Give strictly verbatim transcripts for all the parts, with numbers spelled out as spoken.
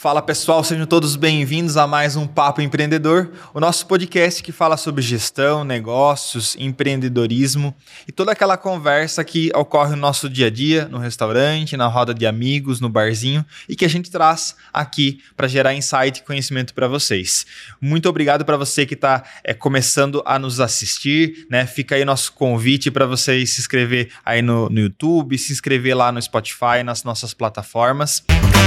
Fala pessoal, sejam todos bem-vindos a mais um Papo Empreendedor, o nosso podcast que fala sobre gestão, negócios, empreendedorismo e toda aquela conversa que ocorre no nosso dia a dia, no restaurante, na roda de amigos, no barzinho e que a gente traz aqui para gerar insight e conhecimento para vocês. Muito obrigado para você que está é, começando a nos assistir, né? Fica aí nosso convite para você se inscrever aí no, no YouTube, se inscrever lá no Spotify, nas nossas plataformas.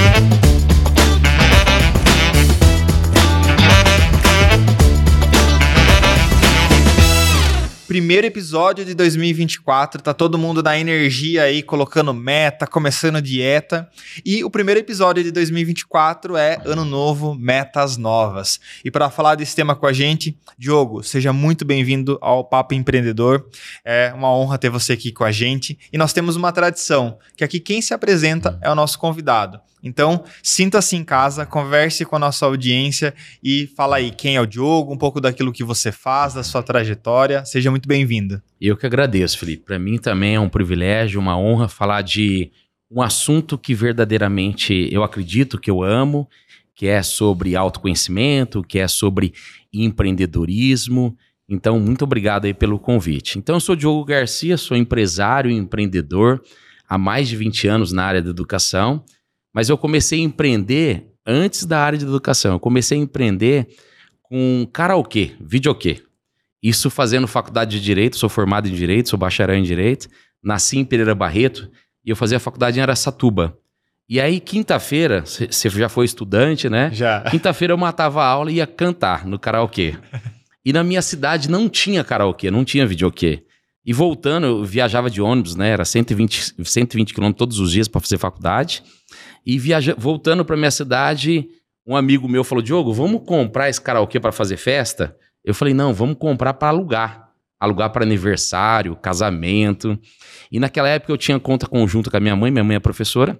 Primeiro episódio de dois mil e vinte e quatro, tá todo mundo na energia aí, colocando meta, começando dieta. E o primeiro episódio de dois mil e vinte e quatro é Ano Novo, Metas Novas. E para falar desse tema com a gente, Diogo, seja muito bem-vindo ao Papo Empreendedor. É uma honra ter você aqui com a gente. E nós temos uma tradição, que aqui quem se apresenta é o nosso convidado. Então, sinta-se em casa, converse com a nossa audiência e fala aí quem é o Diogo, um pouco daquilo que você faz, da sua trajetória. Seja muito bem-vindo. Eu que agradeço, Felipe. Para mim também é um privilégio, uma honra falar de um assunto que verdadeiramente eu acredito, que eu amo, que é sobre autoconhecimento, que é sobre empreendedorismo. Então, muito obrigado aí pelo convite. Então, eu sou Diogo Garcia, sou empresário e empreendedor há mais de vinte anos na área da educação. Mas eu comecei a empreender antes da área de educação. Eu comecei a empreender com karaokê, videokê. Isso fazendo faculdade de Direito, sou formado em Direito, sou bacharel em Direito. Nasci em Pereira Barreto e eu fazia faculdade em Araçatuba. E aí, quinta-feira, você já foi estudante, né? Já. Quinta-feira eu matava a aula e ia cantar no karaokê. E na minha cidade não tinha karaokê, não tinha videokê. E voltando, eu viajava de ônibus, né? Era cento e vinte, cento e vinte quilômetros todos os dias para fazer faculdade. E viaja... voltando para minha cidade, um amigo meu falou: Diogo, vamos comprar esse karaokê para fazer festa? Eu falei: não, vamos comprar para alugar. Alugar para aniversário, casamento. E naquela época eu tinha conta conjunta com a minha mãe, minha mãe é professora.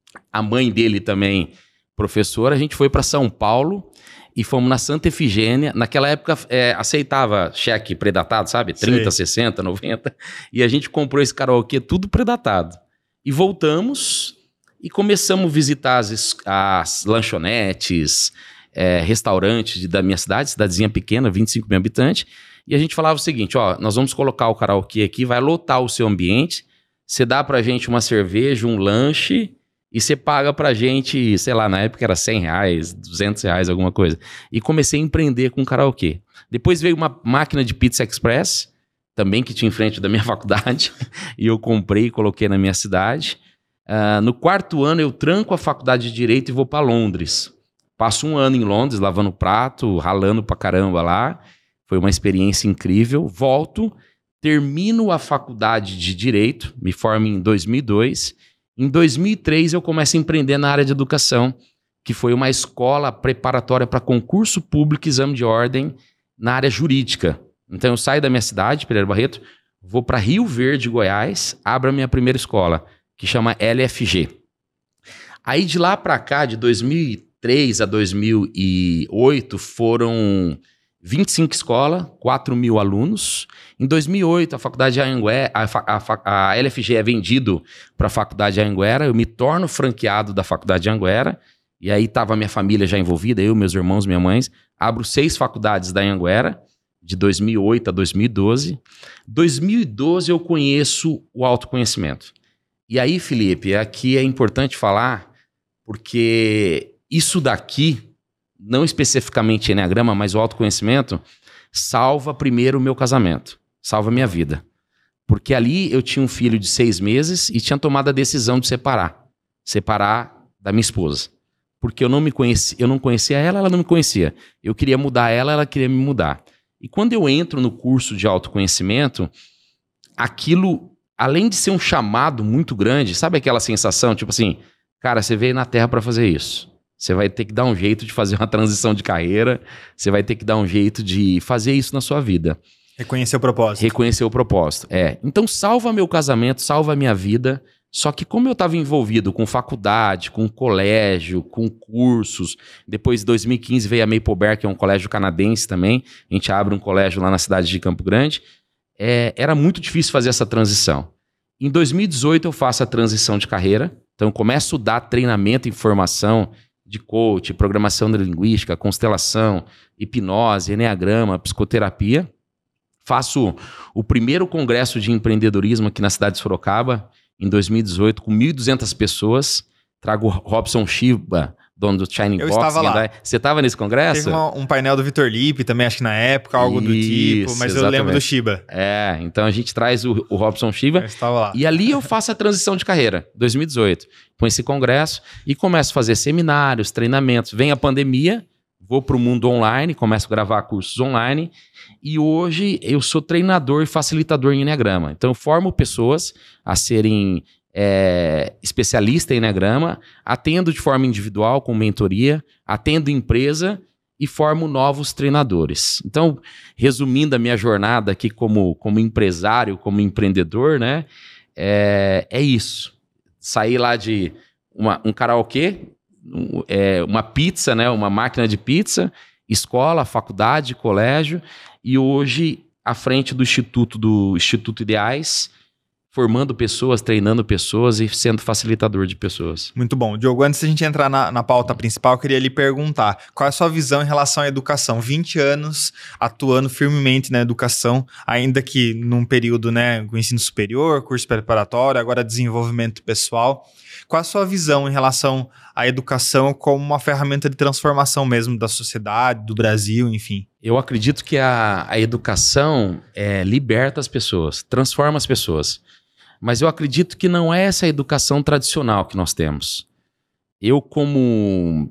A mãe dele também professora. A gente foi para São Paulo e fomos na Santa Efigênia. Naquela época é, aceitava cheque predatado, sabe? trinta, Sei. sessenta, noventa. E a gente comprou esse karaokê tudo predatado. E voltamos e começamos a visitar as, as lanchonetes, é, restaurantes de, da minha cidade, cidadezinha pequena, vinte e cinco mil habitantes. E a gente falava o seguinte: ó, nós vamos colocar o karaokê aqui, vai lotar o seu ambiente, você dá pra gente uma cerveja, um lanche, e você paga pra gente, sei lá, na época era cem reais, duzentos reais, alguma coisa. E comecei a empreender com karaokê. Depois veio uma máquina de pizza express, também que tinha em frente da minha faculdade, e eu comprei e coloquei na minha cidade. Uh, no quarto ano eu tranco a faculdade de Direito e vou para Londres. Passo um ano em Londres, lavando prato, ralando pra caramba lá. Foi uma experiência incrível. Volto, termino a faculdade de Direito, me formo em dois mil e dois. Em dois mil e três eu começo a empreender na área de educação, que foi uma escola preparatória para concurso público e exame de ordem na área jurídica. Então eu saio da minha cidade, Pereira Barreto, vou para Rio Verde, Goiás, abro a minha primeira escola, que chama L F G. Aí de lá para cá, de dois mil e três a dois mil e oito, foram vinte e cinco escolas, quatro mil alunos. Em dois mil e oito, a faculdade de Anhanguera, a, a, a L F G é vendido para a faculdade de Anhanguera, eu me torno franqueado da faculdade de Anhanguera, e aí estava a minha família já envolvida, eu, meus irmãos, minha mãe, abro seis faculdades da Anhanguera, de dois mil e oito a dois mil e doze. dois mil e doze eu conheço o autoconhecimento. E aí, Felipe, aqui é importante falar, porque isso daqui, não especificamente Enneagrama, mas o autoconhecimento, salva primeiro o meu casamento, salva a minha vida. Porque ali eu tinha um filho de seis meses e tinha tomado a decisão de separar, separar da minha esposa. Porque eu não me conhecia, eu não conhecia ela, ela não me conhecia. Eu queria mudar ela, ela queria me mudar. E quando eu entro no curso de autoconhecimento, aquilo, além de ser um chamado muito grande, sabe aquela sensação, tipo assim, cara, você veio na Terra para fazer isso. Você vai ter que dar um jeito de fazer uma transição de carreira, você vai ter que dar um jeito de fazer isso na sua vida. Reconhecer o propósito. Reconhecer o propósito, é. Então salva meu casamento, salva a minha vida, só que como eu estava envolvido com faculdade, com colégio, com cursos, depois de dois mil e quinze veio a Maple Bear, que é um colégio canadense também, a gente abre um colégio lá na cidade de Campo Grande, é, era muito difícil fazer essa transição. Em dois mil e dezoito eu faço a transição de carreira, então eu começo a dar treinamento e formação de coach, programação neurolinguística, constelação, hipnose, eneagrama, psicoterapia. Faço o primeiro congresso de empreendedorismo aqui na cidade de Sorocaba, em dois mil e dezoito, com mil e duzentas pessoas. Trago o Robson Shiba, dono do Shining Eu Box. estava lá. Hyundai. Você estava nesse congresso? Teve uma, um painel do Vitor Lipe também, acho que na época, algo do Isso, tipo, mas exatamente. eu lembro do Shiba. É, então a gente traz o, o Robson Shiba. Eu estava lá. E ali eu faço a transição de carreira, dois mil e dezoito, com esse congresso, e começo a fazer seminários, treinamentos. Vem a pandemia, vou para o mundo online, começo a gravar cursos online, e hoje eu sou treinador e facilitador em Eneagrama. Então eu formo pessoas a serem é, especialistas em Eneagrama, atendo de forma individual com mentoria, atendo empresa e formo novos treinadores. Então, resumindo a minha jornada aqui como, como empresário, como empreendedor, né, é, é isso. Saí lá de uma, um karaokê, um, é, uma pizza, né, uma máquina de pizza, escola, faculdade, colégio, e hoje à frente do Instituto, do Instituto Ideais, formando pessoas, treinando pessoas e sendo facilitador de pessoas. Muito bom. Diogo, antes da gente entrar na, na pauta principal, eu queria lhe perguntar, qual é a sua visão em relação à educação? vinte anos atuando firmemente na educação, ainda que num período, né, com ensino superior, curso preparatório, agora desenvolvimento pessoal. Qual é a sua visão em relação à educação como uma ferramenta de transformação mesmo da sociedade, do Brasil, enfim? Eu acredito que a, a educação é, liberta as pessoas, transforma as pessoas. Mas eu acredito que não é essa educação tradicional que nós temos. Eu como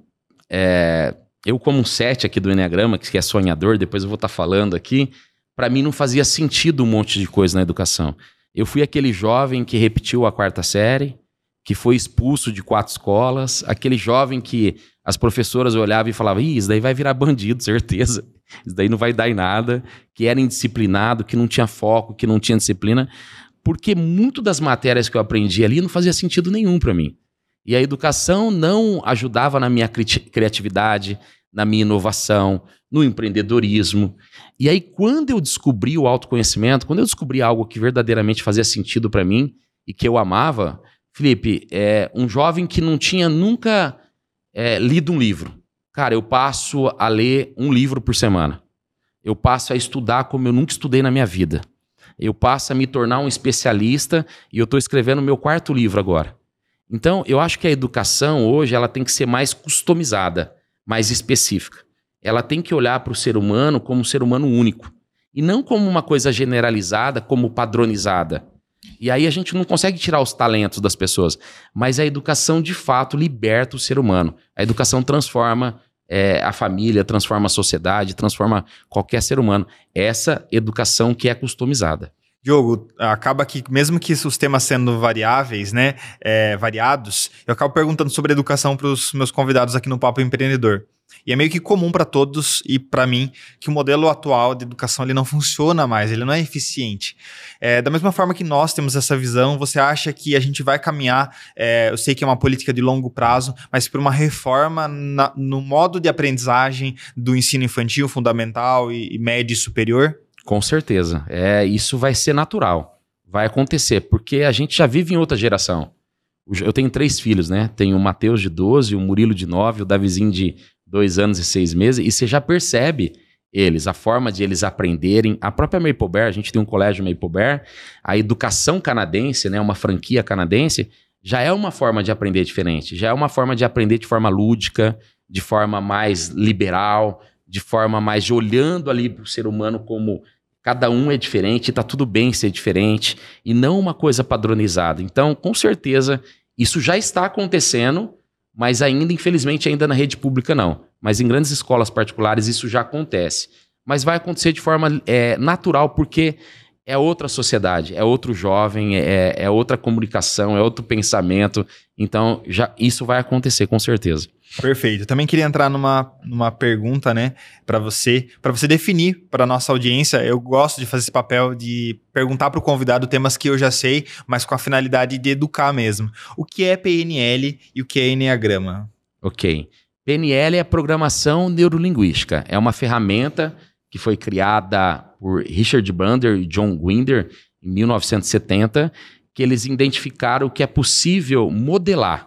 é, eu como um sete aqui do Eneagrama, que é sonhador, depois eu vou estar falando aqui, para mim não fazia sentido um monte de coisa na educação. Eu fui aquele jovem que repetiu a quarta série, que foi expulso de quatro escolas, aquele jovem que as professoras olhavam e falavam, Ih, isso daí vai virar bandido, certeza. Isso daí não vai dar em nada, que era indisciplinado, que não tinha foco, que não tinha disciplina, porque muito das matérias que eu aprendi ali não fazia sentido nenhum para mim. E a educação não ajudava na minha cri- criatividade, na minha inovação, no empreendedorismo. E aí, quando eu descobri o autoconhecimento, quando eu descobri algo que verdadeiramente fazia sentido para mim e que eu amava, Felipe, é um jovem que não tinha nunca é, lido um livro. Cara, eu passo a ler um livro por semana. Eu passo a estudar como eu nunca estudei na minha vida. Eu passo a me tornar um especialista e eu estou escrevendo o meu quarto livro agora. Então, eu acho que a educação hoje ela tem que ser mais customizada, mais específica. Ela tem que olhar para o ser humano como um ser humano único e não como uma coisa generalizada, como padronizada. E aí a gente não consegue tirar os talentos das pessoas, mas a educação de fato liberta o ser humano. A educação transforma É, a família, transforma a sociedade, transforma qualquer ser humano. Essa educação que é customizada. Diogo, acaba que, mesmo que os temas sendo variáveis, né, é, variados, eu acabo perguntando sobre educação para os meus convidados aqui no Papo Empreendedor. E é meio que comum para todos e para mim que o modelo atual de educação ele não funciona mais, ele não é eficiente. É, da mesma forma que nós temos essa visão, você acha que a gente vai caminhar, é, eu sei que é uma política de longo prazo, mas por uma reforma na, no modo de aprendizagem do ensino infantil, fundamental e, e médio e superior? Com certeza. É, isso vai ser natural. Vai acontecer, porque a gente já vive em outra geração. Eu tenho três filhos, né? Tenho o Matheus de doze, o Murilo de nove, o Davizinho de dois anos e seis meses, e você já percebe eles, a forma de eles aprenderem. A própria Maple Bear, a gente tem um colégio Maple Bear, a educação canadense, né, uma franquia canadense, já é uma forma de aprender diferente, já é uma forma de aprender de forma lúdica, de forma mais liberal, de forma mais de olhando ali para o ser humano como cada um é diferente, está tudo bem ser diferente, e não uma coisa padronizada. Então, com certeza, isso já está acontecendo, mas ainda, infelizmente, ainda na rede pública não. Mas em grandes escolas particulares isso já acontece. Mas vai acontecer de forma é, natural, porque é outra sociedade, é outro jovem, é, é outra comunicação, é outro pensamento. Então, já, isso vai acontecer, com certeza. Perfeito. Eu também queria entrar numa, numa pergunta, né, para você, para você definir para a nossa audiência. Eu gosto de fazer esse papel de perguntar para o convidado temas que eu já sei, mas com a finalidade de educar mesmo. O que é P N L e o que é Eneagrama? Ok. P N L é a programação neurolinguística. É uma ferramenta que foi criada por Richard Bandler e John Grinder em mil novecentos e setenta, que eles identificaram que é possível modelar.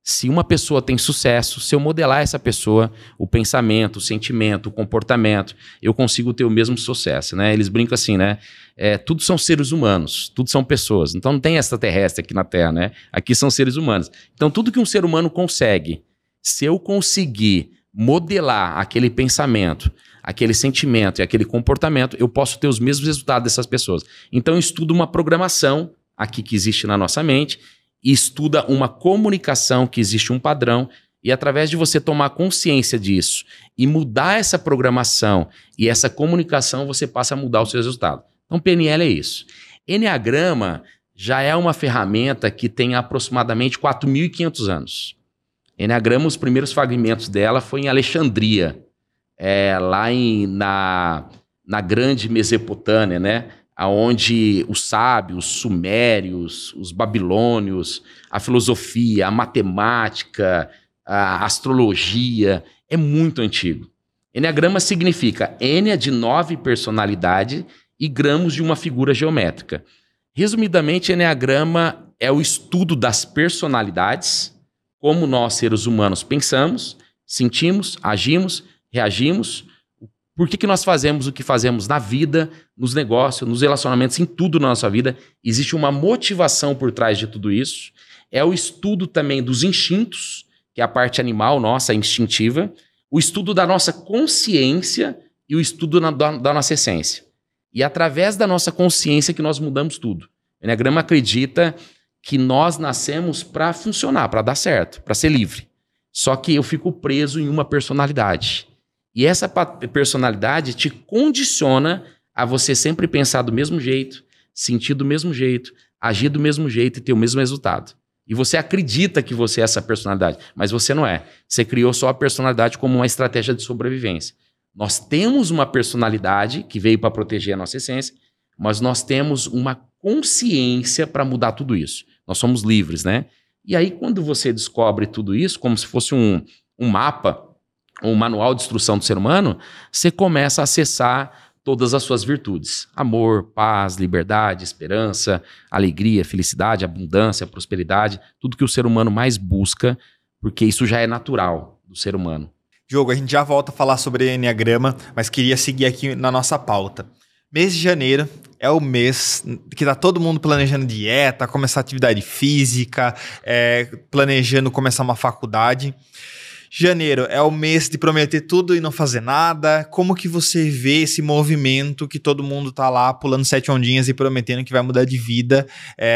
Se uma pessoa tem sucesso, se eu modelar essa pessoa, o pensamento, o sentimento, o comportamento, eu consigo ter o mesmo sucesso, né? Eles brincam assim, né? É, tudo são seres humanos, tudo são pessoas. Então não tem extraterrestre aqui na Terra, né? Aqui são seres humanos. Então tudo que um ser humano consegue, se eu conseguir modelar aquele pensamento, aquele sentimento e aquele comportamento, eu posso ter os mesmos resultados dessas pessoas. Então eu estudo uma programação aqui que existe na nossa mente, e estuda uma comunicação que existe um padrão, e através de você tomar consciência disso e mudar essa programação e essa comunicação, você passa a mudar os seus resultados. Então, P N L é isso. Eneagrama já é uma ferramenta que tem aproximadamente quatro mil e quinhentos anos. Eneagrama, os primeiros fragmentos dela foi em Alexandria, é, lá em, na, na grande Mesopotâmia, né? Onde os sábios, os sumérios, os babilônios, a filosofia, a matemática, a astrologia, é muito antigo. Eneagrama significa Ênea de nove personalidade e gramos de uma figura geométrica. Resumidamente, Eneagrama é o estudo das personalidades, como nós, seres humanos, pensamos, sentimos, agimos, reagimos. Por que que nós fazemos o que fazemos na vida, nos negócios, nos relacionamentos, em tudo na nossa vida? Existe uma motivação por trás de tudo isso. É o estudo também dos instintos, que é a parte animal nossa, instintiva. O estudo da nossa consciência e o estudo na, da, da nossa essência. E através da nossa consciência que nós mudamos tudo. O Eneagrama acredita que nós nascemos para funcionar, para dar certo, para ser livre. Só que eu fico preso em uma personalidade. E essa personalidade te condiciona a você sempre pensar do mesmo jeito, sentir do mesmo jeito, agir do mesmo jeito e ter o mesmo resultado. E você acredita que você é essa personalidade, mas você não é. Você criou só a personalidade como uma estratégia de sobrevivência. Nós temos uma personalidade que veio para proteger a nossa essência, mas nós temos uma consciência para mudar tudo isso. Nós somos livres, né? E aí, quando você descobre tudo isso, como se fosse um, um mapa, um manual de instrução do ser humano, você começa a acessar todas as suas virtudes. Amor, paz, liberdade, esperança, alegria, felicidade, abundância, prosperidade, tudo que o ser humano mais busca, porque isso já é natural do ser humano. Diogo, a gente já volta a falar sobre Eneagrama, mas queria seguir aqui na nossa pauta. Mês de janeiro é o mês que tá todo mundo planejando dieta, começar atividade física, é, planejando começar uma faculdade. Janeiro é o mês de prometer tudo e não fazer nada. Como que você vê esse movimento que todo mundo tá lá pulando sete ondinhas e prometendo que vai mudar de vida?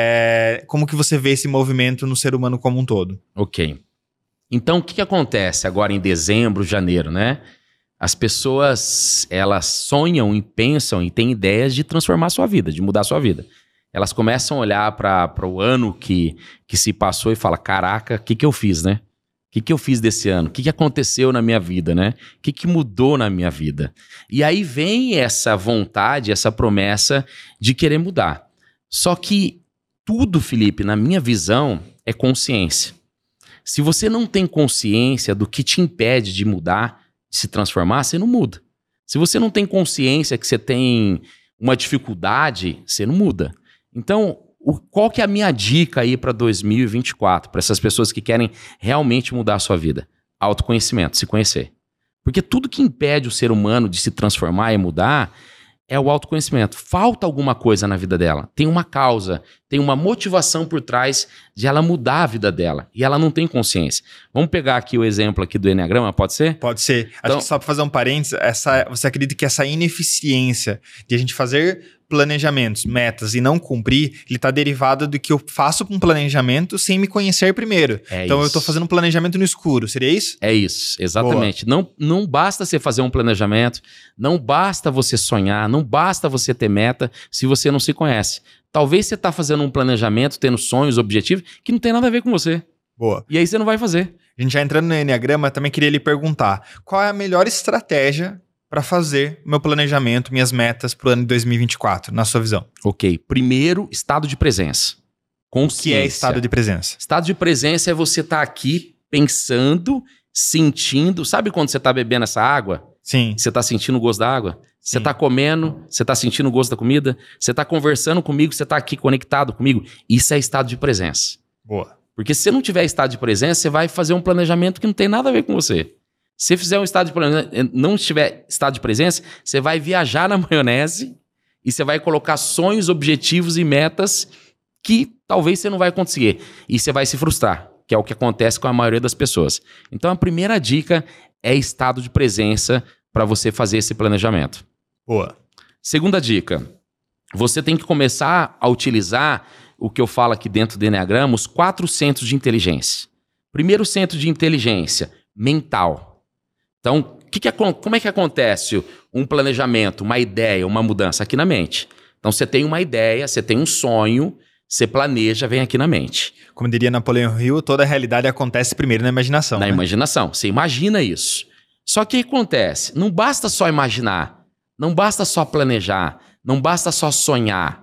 É, como que você vê esse movimento no ser humano como um todo? Ok. Então, o que, que acontece agora em dezembro, janeiro, né? As pessoas, elas sonham e pensam e têm ideias de transformar a sua vida, de mudar a sua vida. Elas começam a olhar para o ano que, que se passou e falam, caraca, o que, que eu fiz, né? O que, que eu fiz desse ano? O que, que aconteceu na minha vida, né? O que, que mudou na minha vida? E aí vem essa vontade, essa promessa de querer mudar. Só que tudo, Felipe, na minha visão, é consciência. Se você não tem consciência do que te impede de mudar, de se transformar, você não muda. Se você não tem consciência que você tem uma dificuldade, você não muda. Então, o, qual que é a minha dica aí para dois mil e vinte e quatro, para essas pessoas que querem realmente mudar a sua vida? Autoconhecimento, se conhecer. Porque tudo que impede o ser humano de se transformar e mudar é o autoconhecimento. Falta alguma coisa na vida dela. Tem uma causa, tem uma motivação por trás de ela mudar a vida dela. E ela não tem consciência. Vamos pegar aqui o exemplo aqui do Eneagrama, pode ser? Pode ser. Então, acho que só para fazer um parênteses, essa, você acredita que essa ineficiência de a gente fazer planejamentos, metas e não cumprir, ele está derivado do que eu faço um planejamento sem me conhecer primeiro. É então isso. Eu estou fazendo um planejamento no escuro, seria isso? É isso, exatamente. Não, não basta você fazer um planejamento, não basta você sonhar, não basta você ter meta se você não se conhece. Talvez você está fazendo um planejamento, tendo sonhos, objetivos, que não tem nada a ver com você. Boa. E aí você não vai fazer. A gente já entrando no Eneagrama, também queria lhe perguntar, qual é a melhor estratégia para fazer meu planejamento, minhas metas para o ano de dois mil e vinte e quatro, na sua visão? Ok. Primeiro, estado de presença. Consciência. O que é estado de presença? Estado de presença é você estar tá aqui pensando, sentindo. Sabe quando você está bebendo essa água? Sim. Você está sentindo o gosto da água? Você está comendo, você está sentindo o gosto da comida? Você está conversando comigo, você está aqui conectado comigo? Isso é estado de presença. Boa. Porque se você não tiver estado de presença, você vai fazer um planejamento que não tem nada a ver com você. Se você fizer um estado de presença, não tiver estado de presença, você vai viajar na maionese e você vai colocar sonhos, objetivos e metas que talvez você não vai conseguir. E você vai se frustrar, que é o que acontece com a maioria das pessoas. Então a primeira dica é estado de presença para você fazer esse planejamento. Boa. Segunda dica, você tem que começar a utilizar o que eu falo aqui dentro do Eneagrama, os quatro centros de inteligência. Primeiro centro de inteligência, mental. Então, que que, como é que acontece um planejamento, uma ideia, uma mudança? Aqui na mente. Então, você tem uma ideia, você tem um sonho, você planeja, vem aqui na mente. Como diria Napoleão Hill, toda a realidade acontece primeiro na imaginação. Na né? imaginação. Você imagina isso. Só que o que acontece? Não basta só imaginar, não basta só planejar, não basta só sonhar.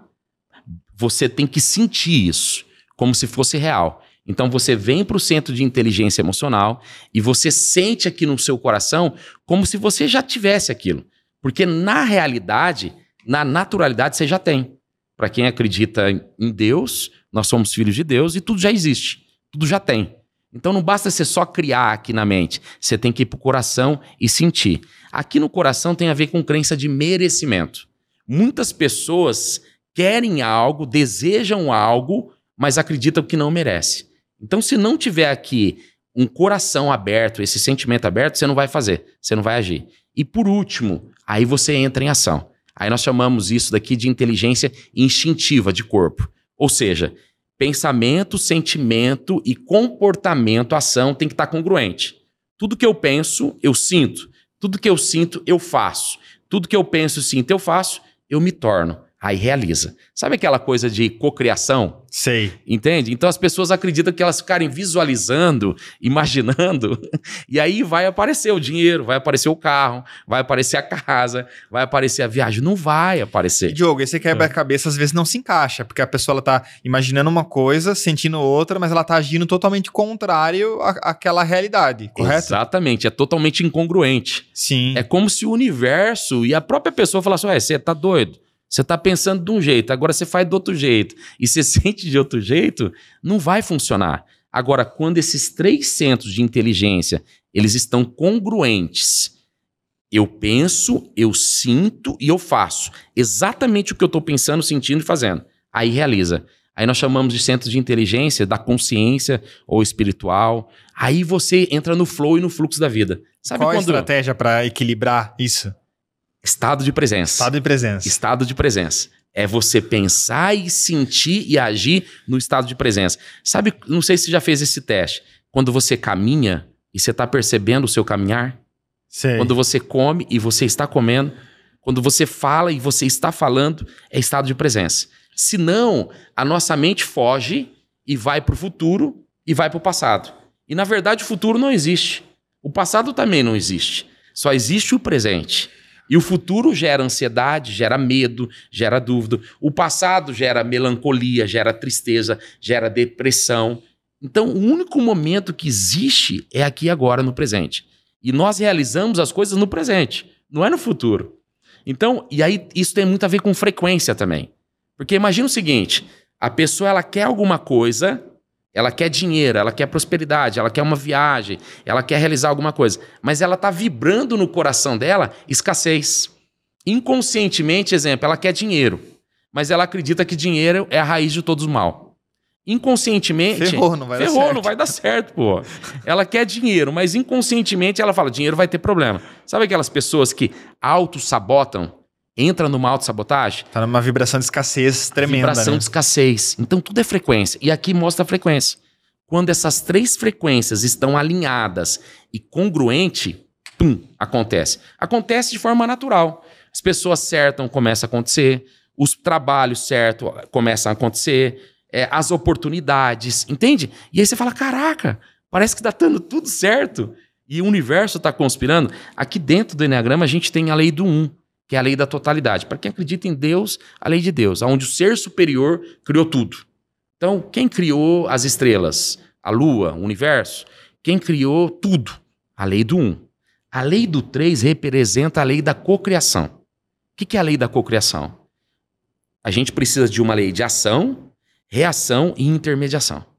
Você tem que sentir isso, como se fosse real. Então você vem para o centro de inteligência emocional e você sente aqui no seu coração como se você já tivesse aquilo. Porque na realidade, na naturalidade, você já tem. Para quem acredita em Deus, nós somos filhos de Deus e tudo já existe. Tudo já tem. Então não basta você só criar aqui na mente. Você tem que ir para o coração e sentir. Aqui no coração tem a ver com crença de merecimento. Muitas pessoas querem algo, desejam algo, mas acreditam que não merece. Então, se não tiver aqui um coração aberto, esse sentimento aberto, você não vai fazer, você não vai agir. E por último, aí você entra em ação. Aí nós chamamos isso daqui de inteligência instintiva de corpo. Ou seja, pensamento, sentimento e comportamento, ação tem que estar congruente. Tudo que eu penso, eu sinto. Tudo que eu sinto, eu faço. Tudo que eu penso, sinto, eu faço, eu me torno. Aí realiza. Sabe aquela coisa de cocriação? Sei. Entende? Então as pessoas acreditam que elas ficarem visualizando, imaginando, e aí vai aparecer o dinheiro, vai aparecer o carro, vai aparecer a casa, vai aparecer a viagem. Não vai aparecer. E, Diogo, esse quebra-cabeça às vezes não se encaixa, porque a pessoa ela tá imaginando uma coisa, sentindo outra, mas ela tá agindo totalmente contrário à, àquela realidade, correto? Exatamente, é totalmente incongruente. Sim. É como se o universo e a própria pessoa falassem, ué, você tá doido? Você está pensando de um jeito, agora você faz do outro jeito e você sente de outro jeito, não vai funcionar. Agora, quando esses três centros de inteligência, eles estão congruentes, eu penso, eu sinto e eu faço exatamente o que eu estou pensando, sentindo e fazendo. Aí realiza. Aí nós chamamos de centro de inteligência da consciência ou espiritual. Aí você entra no flow e no fluxo da vida. Sabe Qual quando... a estratégia para equilibrar isso? Estado de presença. Estado de presença. Estado de presença. É você pensar e sentir e agir no estado de presença. Sabe, não sei se você já fez esse teste. Quando você caminha e você está percebendo o seu caminhar. Sei. Quando você come e você está comendo. Quando você fala e você está falando, é estado de presença. Senão, a nossa mente foge e vai para o futuro e vai para o passado. E, na verdade, o futuro não existe. O passado também não existe. Só existe o presente. E o futuro gera ansiedade, gera medo, gera dúvida. O passado gera melancolia, gera tristeza, gera depressão. Então, o único momento que existe é aqui agora, no presente. E nós realizamos as coisas no presente, não é no futuro. Então, e aí isso tem muito a ver com frequência também. Porque imagina o seguinte, a pessoa ela quer alguma coisa, ela quer dinheiro, ela quer prosperidade, ela quer uma viagem, ela quer realizar alguma coisa, mas ela está vibrando no coração dela escassez. Inconscientemente, exemplo, ela quer dinheiro, mas ela acredita que dinheiro é a raiz de todos os mal. Inconscientemente... Ferrou, não vai ferrou, dar certo. não vai dar certo, pô. Ela quer dinheiro, mas inconscientemente ela fala, dinheiro vai ter problema. Sabe aquelas pessoas que auto-sabotam? Entra numa autossabotagem? Tá numa vibração de escassez tremenda, Vibração né? de escassez. Então tudo é frequência. E aqui mostra a frequência. Quando essas três frequências estão alinhadas e congruente, pum, acontece. Acontece de forma natural. As pessoas certas começam a acontecer, os trabalhos certos começam a acontecer, é, as oportunidades, entende? E aí você fala, caraca, parece que está dando tudo certo. E o universo está conspirando. Aqui dentro do Eneagrama a gente tem a lei do um. Que é a lei da totalidade. Para quem acredita em Deus, a lei de Deus, onde o ser superior criou tudo. Então, quem criou as estrelas? A lua, o universo? Quem criou tudo? A lei do um. A lei do três representa a lei da cocriação. O que é a lei da cocriação? A gente precisa de uma lei de ação, reação e intermediação.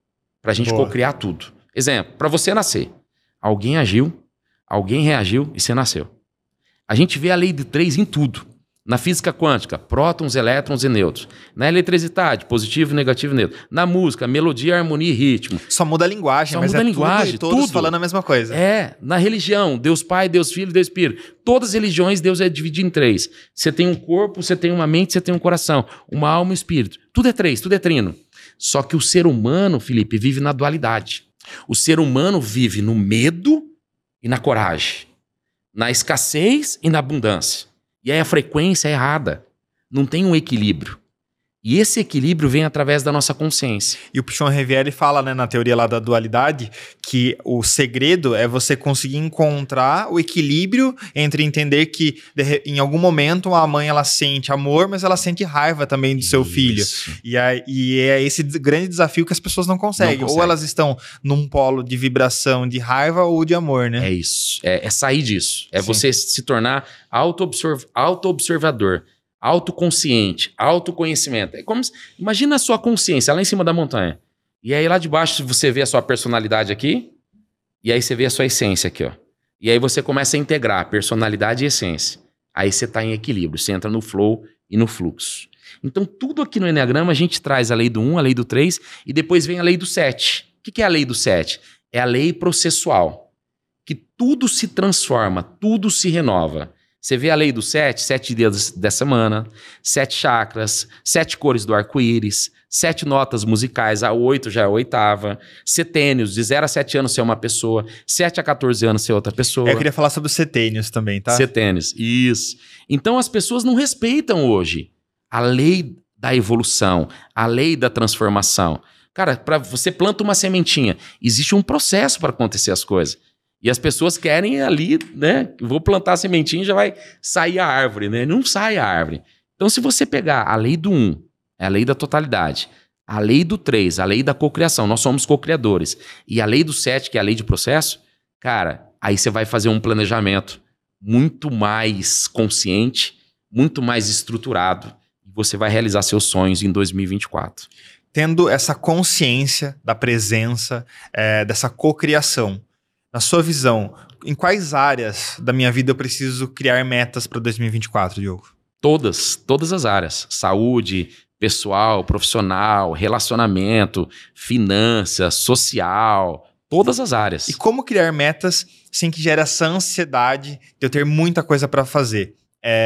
pra gente Boa. cocriar tudo. Exemplo, pra você nascer, alguém agiu, alguém reagiu e você nasceu. A gente vê a lei de três em tudo. Na física quântica, prótons, elétrons e nêutrons. Na eletricidade, positivo, negativo e neutro. Na música, melodia, harmonia e ritmo. Só muda a linguagem, Só mas muda é a linguagem, tudo e todos tudo. falando a mesma coisa. É, na religião, Deus Pai, Deus Filho, Deus Espírito. Todas as religiões, Deus é dividido em três. Você tem um corpo, você tem uma mente, você tem um coração. Uma alma e um espírito. Tudo é três, tudo é trino. Só que o ser humano, Felipe, vive na dualidade. O ser humano vive no medo e na coragem. Na escassez e na abundância. E aí a frequência é errada. Não tem um equilíbrio. E esse equilíbrio vem através da nossa consciência. E o Pichon Rivière fala, né, na teoria lá da dualidade, que o segredo é você conseguir encontrar o equilíbrio entre entender que de, em algum momento a mãe ela sente amor, mas ela sente raiva também do seu Isso. filho. E é, e é esse grande desafio que as pessoas não conseguem. Não Ou consegue. elas estão num polo de vibração de raiva ou de amor, né? É isso. É, é sair disso. É Sim. você se tornar auto-observ- auto-observador. Autoconsciente, autoconhecimento. É como se, imagina a sua consciência lá em cima da montanha. E aí lá de baixo você vê a sua personalidade aqui, e aí você vê a sua essência aqui, ó. E aí você começa a integrar personalidade e essência. Aí você está em equilíbrio, você entra no flow e no fluxo. Então tudo aqui no Enneagrama a gente traz a lei do um, a lei do três e depois vem a lei do sete. O que que é a lei do sete? É a lei processual. Que tudo se transforma, tudo se renova. Você vê a lei do sete, sete dias da semana, sete chakras, sete cores do arco-íris, sete notas musicais, a oito já é a oitava, setênios, de zero a sete anos ser uma pessoa, sete a quatorze anos ser outra pessoa. É, eu queria falar sobre os setênios também, tá? Setênios, isso. Então as pessoas não respeitam hoje a lei da evolução, a lei da transformação. Cara, para você planta uma sementinha, existe um processo para acontecer as coisas. E as pessoas querem ali, né? Vou plantar a sementinha e já vai sair a árvore, né? Não sai a árvore. Então, se você pegar a lei do um, é a lei da totalidade, a lei do três, a lei da cocriação, nós somos cocriadores, e a lei do sete, que é a lei de processo, cara, aí você vai fazer um planejamento muito mais consciente, muito mais estruturado, e você vai realizar seus sonhos em dois mil e vinte e quatro. Tendo essa consciência da presença, é, dessa cocriação, na sua visão, em quais áreas da minha vida eu preciso criar metas para dois mil e vinte e quatro, Diogo? Todas, todas as áreas. Saúde, pessoal, profissional, relacionamento, finanças, social, todas as áreas. E como criar metas sem que gere essa ansiedade de eu ter muita coisa para fazer?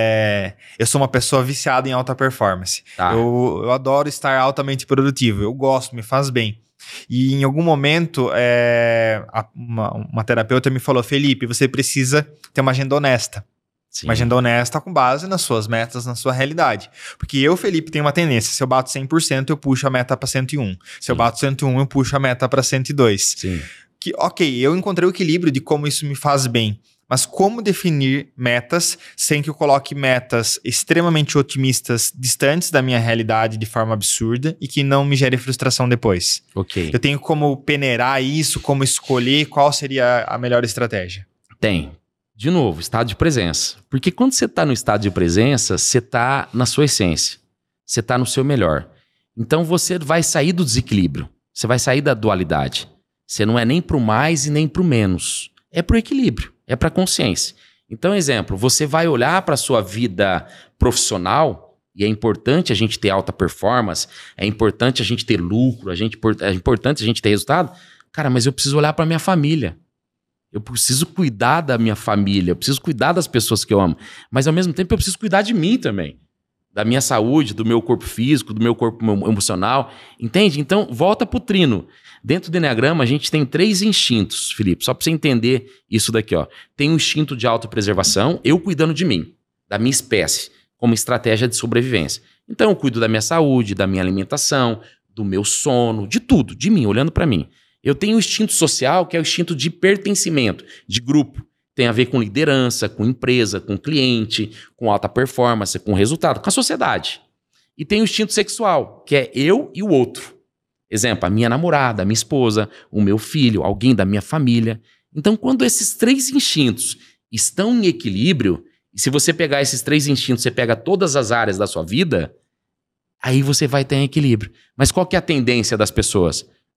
É, eu sou uma pessoa viciada em alta performance. Tá. Eu, eu adoro estar altamente produtivo. Eu gosto, me faz bem. E em algum momento, é, a- uma, uma terapeuta me falou, Felipe, você precisa ter uma agenda honesta. Sim. Uma agenda honesta com base nas suas metas, na sua realidade. Porque eu, Felipe, tenho uma tendência. Se eu bato cem por cento, eu puxo a meta para cento e um. Se eu Sim. bato cento e um, eu puxo a meta para cento e dois. Sim. Que, ok, eu encontrei o equilíbrio de como isso me faz bem. Mas como definir metas sem que eu coloque metas extremamente otimistas, distantes da minha realidade de forma absurda e que não me gere frustração depois? Ok. Eu tenho como peneirar isso, como escolher qual seria a melhor estratégia? Tem. De novo, estado de presença. Porque quando você está no estado de presença, você está na sua essência. Você está no seu melhor. Então você vai sair do desequilíbrio. Você vai sair da dualidade. Você não é nem pro mais e nem pro menos. É pro equilíbrio. É pra consciência. Então, exemplo, você vai olhar para sua vida profissional e é importante a gente ter alta performance, é importante a gente ter lucro, a gente, é importante a gente ter resultado. Cara, mas eu preciso olhar para minha família. Eu preciso cuidar da minha família, eu preciso cuidar das pessoas que eu amo. Mas, ao mesmo tempo, eu preciso cuidar de mim também. Da minha saúde, do meu corpo físico, do meu corpo emocional. Entende? Então, volta pro trino. Dentro do Enneagrama, a gente tem três instintos, Felipe. Só para você entender isso daqui, ó. Tem o instinto de autopreservação, eu cuidando de mim, da minha espécie, como estratégia de sobrevivência. Então, eu cuido da minha saúde, da minha alimentação, do meu sono, de tudo, de mim, olhando para mim. Eu tenho o instinto social, que é o instinto de pertencimento, de grupo. Tem a ver com liderança, com empresa, com cliente, com alta performance, com resultado, com a sociedade. E tem o instinto sexual, que é eu e o outro. Exemplo, a minha namorada, a minha esposa, o meu filho, alguém da minha família. Então, quando esses três instintos estão em equilíbrio, e se você pegar esses três instintos, você pega todas as áreas da sua vida, aí você vai ter em equilíbrio. Mas qual que é a tendência das pessoas?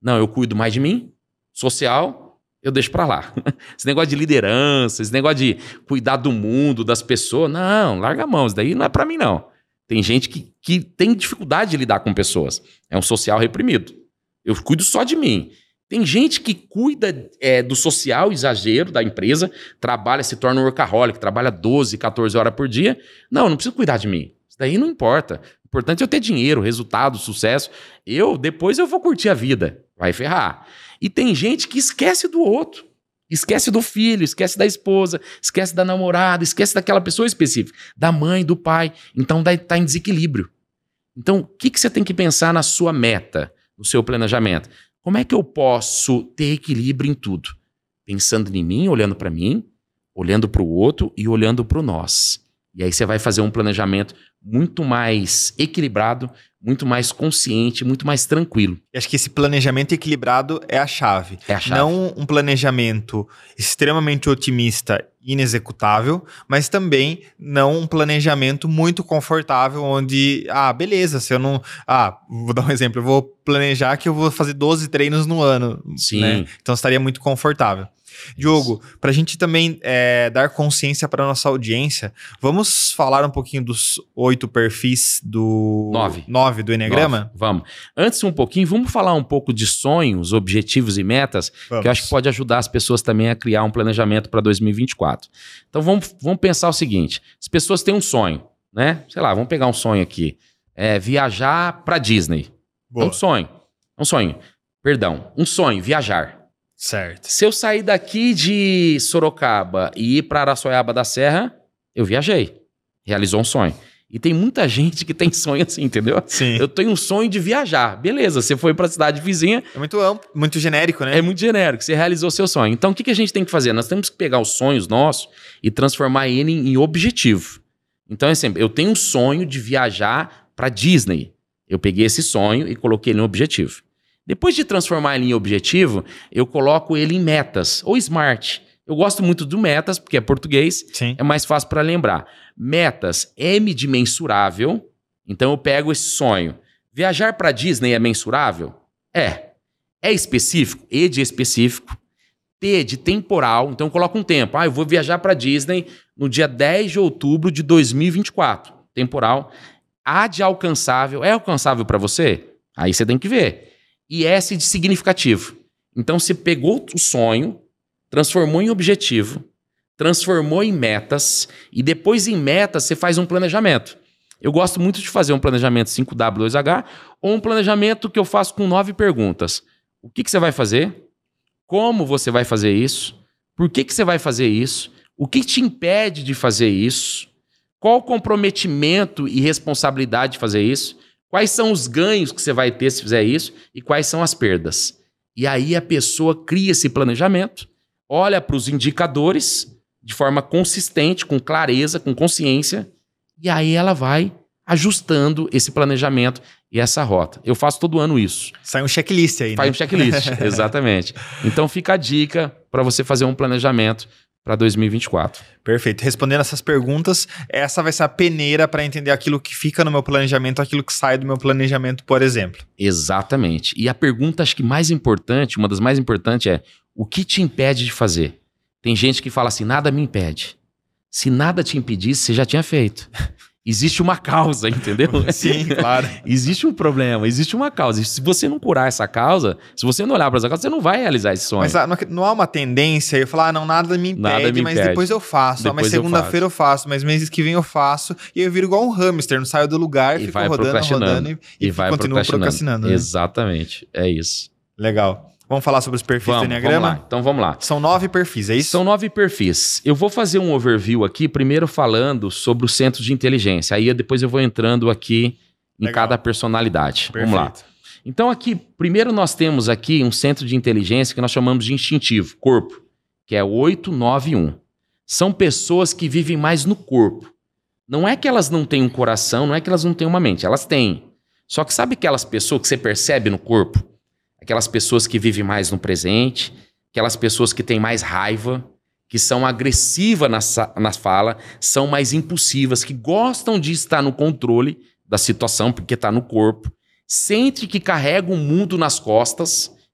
Não, eu cuido mais de mim, social, eu deixo pra lá. Esse negócio de liderança, esse negócio de cuidar do mundo, das pessoas, não, larga a mão, isso daí não é pra mim não. Tem gente que, que tem dificuldade de lidar com pessoas, é um social reprimido. Eu cuido só de mim. Tem gente que cuida é, do social exagero da empresa, trabalha, se torna um workaholic, trabalha doze, catorze horas por dia. Não, não preciso cuidar de mim. Isso daí não importa. O importante é eu ter dinheiro, resultado, sucesso. Eu, depois eu vou curtir a vida. Vai ferrar. E tem gente que esquece do outro. Esquece do filho, esquece da esposa, esquece da namorada, esquece daquela pessoa específica, da mãe, do pai. Então está em desequilíbrio. Então, o que, que você tem que pensar na sua meta, no seu planejamento? Como é que eu posso ter equilíbrio em tudo? Pensando em mim, olhando para mim, olhando para o outro e olhando para o nós. E aí você vai fazer um planejamento muito mais equilibrado, muito mais consciente, muito mais tranquilo. Eu acho que esse planejamento equilibrado é a chave. É a chave. Não um planejamento extremamente otimista e inexecutável, mas também não um planejamento muito confortável, onde, ah, beleza, se eu não... Ah, vou dar um exemplo, eu vou planejar que eu vou fazer doze treinos no ano. Sim. Né? Então estaria muito confortável. Diogo, para a gente também é, dar consciência para nossa audiência, vamos falar um pouquinho dos oito perfis do... Nove. Nove do Enneagrama? Nove. Vamos. Antes um pouquinho, vamos falar um pouco de sonhos, objetivos e metas, Vamos. que eu acho que pode ajudar as pessoas também a criar um planejamento para dois mil e vinte e quatro. Então vamos, vamos pensar o seguinte, as pessoas têm um sonho, né? Sei lá, vamos pegar um sonho aqui, é viajar para Disney. Boa. É um sonho, é um sonho, perdão, um sonho, viajar. Certo. Se eu sair daqui de Sorocaba e ir para Araçoiaba da Serra, eu viajei. Realizou um sonho. E tem muita gente que tem sonho assim, entendeu? Sim. Eu tenho um sonho de viajar. Beleza, você foi para a cidade vizinha. É muito amplo, muito genérico, né? É muito genérico, você realizou seu sonho. Então o que, que a gente tem que fazer? Nós temos que pegar os sonhos nossos e transformar ele em objetivo. Então é sempre, eu tenho um sonho de viajar para Disney. Eu peguei esse sonho e coloquei ele em objetivo. Depois de transformar ele em objetivo, eu coloco ele em metas, ou SMART. Eu gosto muito do metas, porque é português, Sim. é mais fácil para lembrar. Metas, M de mensurável, então eu pego esse sonho. Viajar para Disney é mensurável? É. É específico? E de específico. T de temporal, então eu coloco um tempo. Ah, eu vou viajar para Disney no dia dez de outubro de dois mil e vinte e quatro. Temporal. A de alcançável, é alcançável para você? Aí você tem que ver. E S de significativo. Então você pegou o sonho, transformou em objetivo, transformou em metas e depois em metas você faz um planejamento. Eu gosto muito de fazer um planejamento cinco W dois H ou um planejamento que eu faço com nove perguntas. O que, que você vai fazer? Como você vai fazer isso? Por que, que você vai fazer isso? O que te impede de fazer isso? Qual o comprometimento e responsabilidade de fazer isso? Quais são os ganhos que você vai ter se fizer isso e quais são as perdas? E aí a pessoa cria esse planejamento, olha para os indicadores de forma consistente, com clareza, com consciência, e aí ela vai ajustando esse planejamento e essa rota. Eu faço todo ano isso. Sai um checklist aí, Faz né? um checklist, exatamente. Então fica a dica para você fazer um planejamento para dois mil e vinte e quatro. Perfeito. Respondendo essas perguntas, essa vai ser a peneira para entender aquilo que fica no meu planejamento, aquilo que sai do meu planejamento, por exemplo. Exatamente. E a pergunta, acho que mais importante, uma das mais importantes é: o que te impede de fazer? Tem gente que fala assim, nada me impede. Se nada te impedisse, você já tinha feito. Existe uma causa, entendeu? Sim, claro. Existe um problema, existe uma causa. E se você não curar essa causa, se você não olhar para essa causa, você não vai realizar esse sonho. Mas ah, não, não há uma tendência eu falar, ah, não, nada me impede, Nada me mas impede. depois eu faço. Ah, mas Depois eu segunda-feira eu faço, mas mês que vem eu faço. E eu viro igual um hamster, não saio do lugar, E fico vai rodando, procrastinando. rodando e, e, E vai continuo procrastinando. procrastinando. né? Exatamente, é isso. Legal. Vamos falar sobre os perfis Vamos, do Enneagrama? vamos lá. Então vamos lá. São nove perfis, é isso? São nove perfis. Eu vou fazer um overview aqui, primeiro falando sobre o centro de inteligência. Aí depois eu vou entrando aqui em Legal. cada personalidade. Perfeito. Vamos lá. Então aqui, primeiro nós temos aqui um centro de inteligência que nós chamamos de instintivo, corpo, que é oito nove um. São pessoas que vivem mais no corpo. Não é que elas não têm um coração, não é que elas não têm uma mente, elas têm. Só que sabe aquelas pessoas que você percebe no corpo? Aquelas pessoas que vivem mais no presente, aquelas pessoas que têm mais raiva, que são agressivas na, na fala, são mais impulsivas, que gostam de estar no controle da situação, porque está no corpo, sente que carrega o mundo nas costas,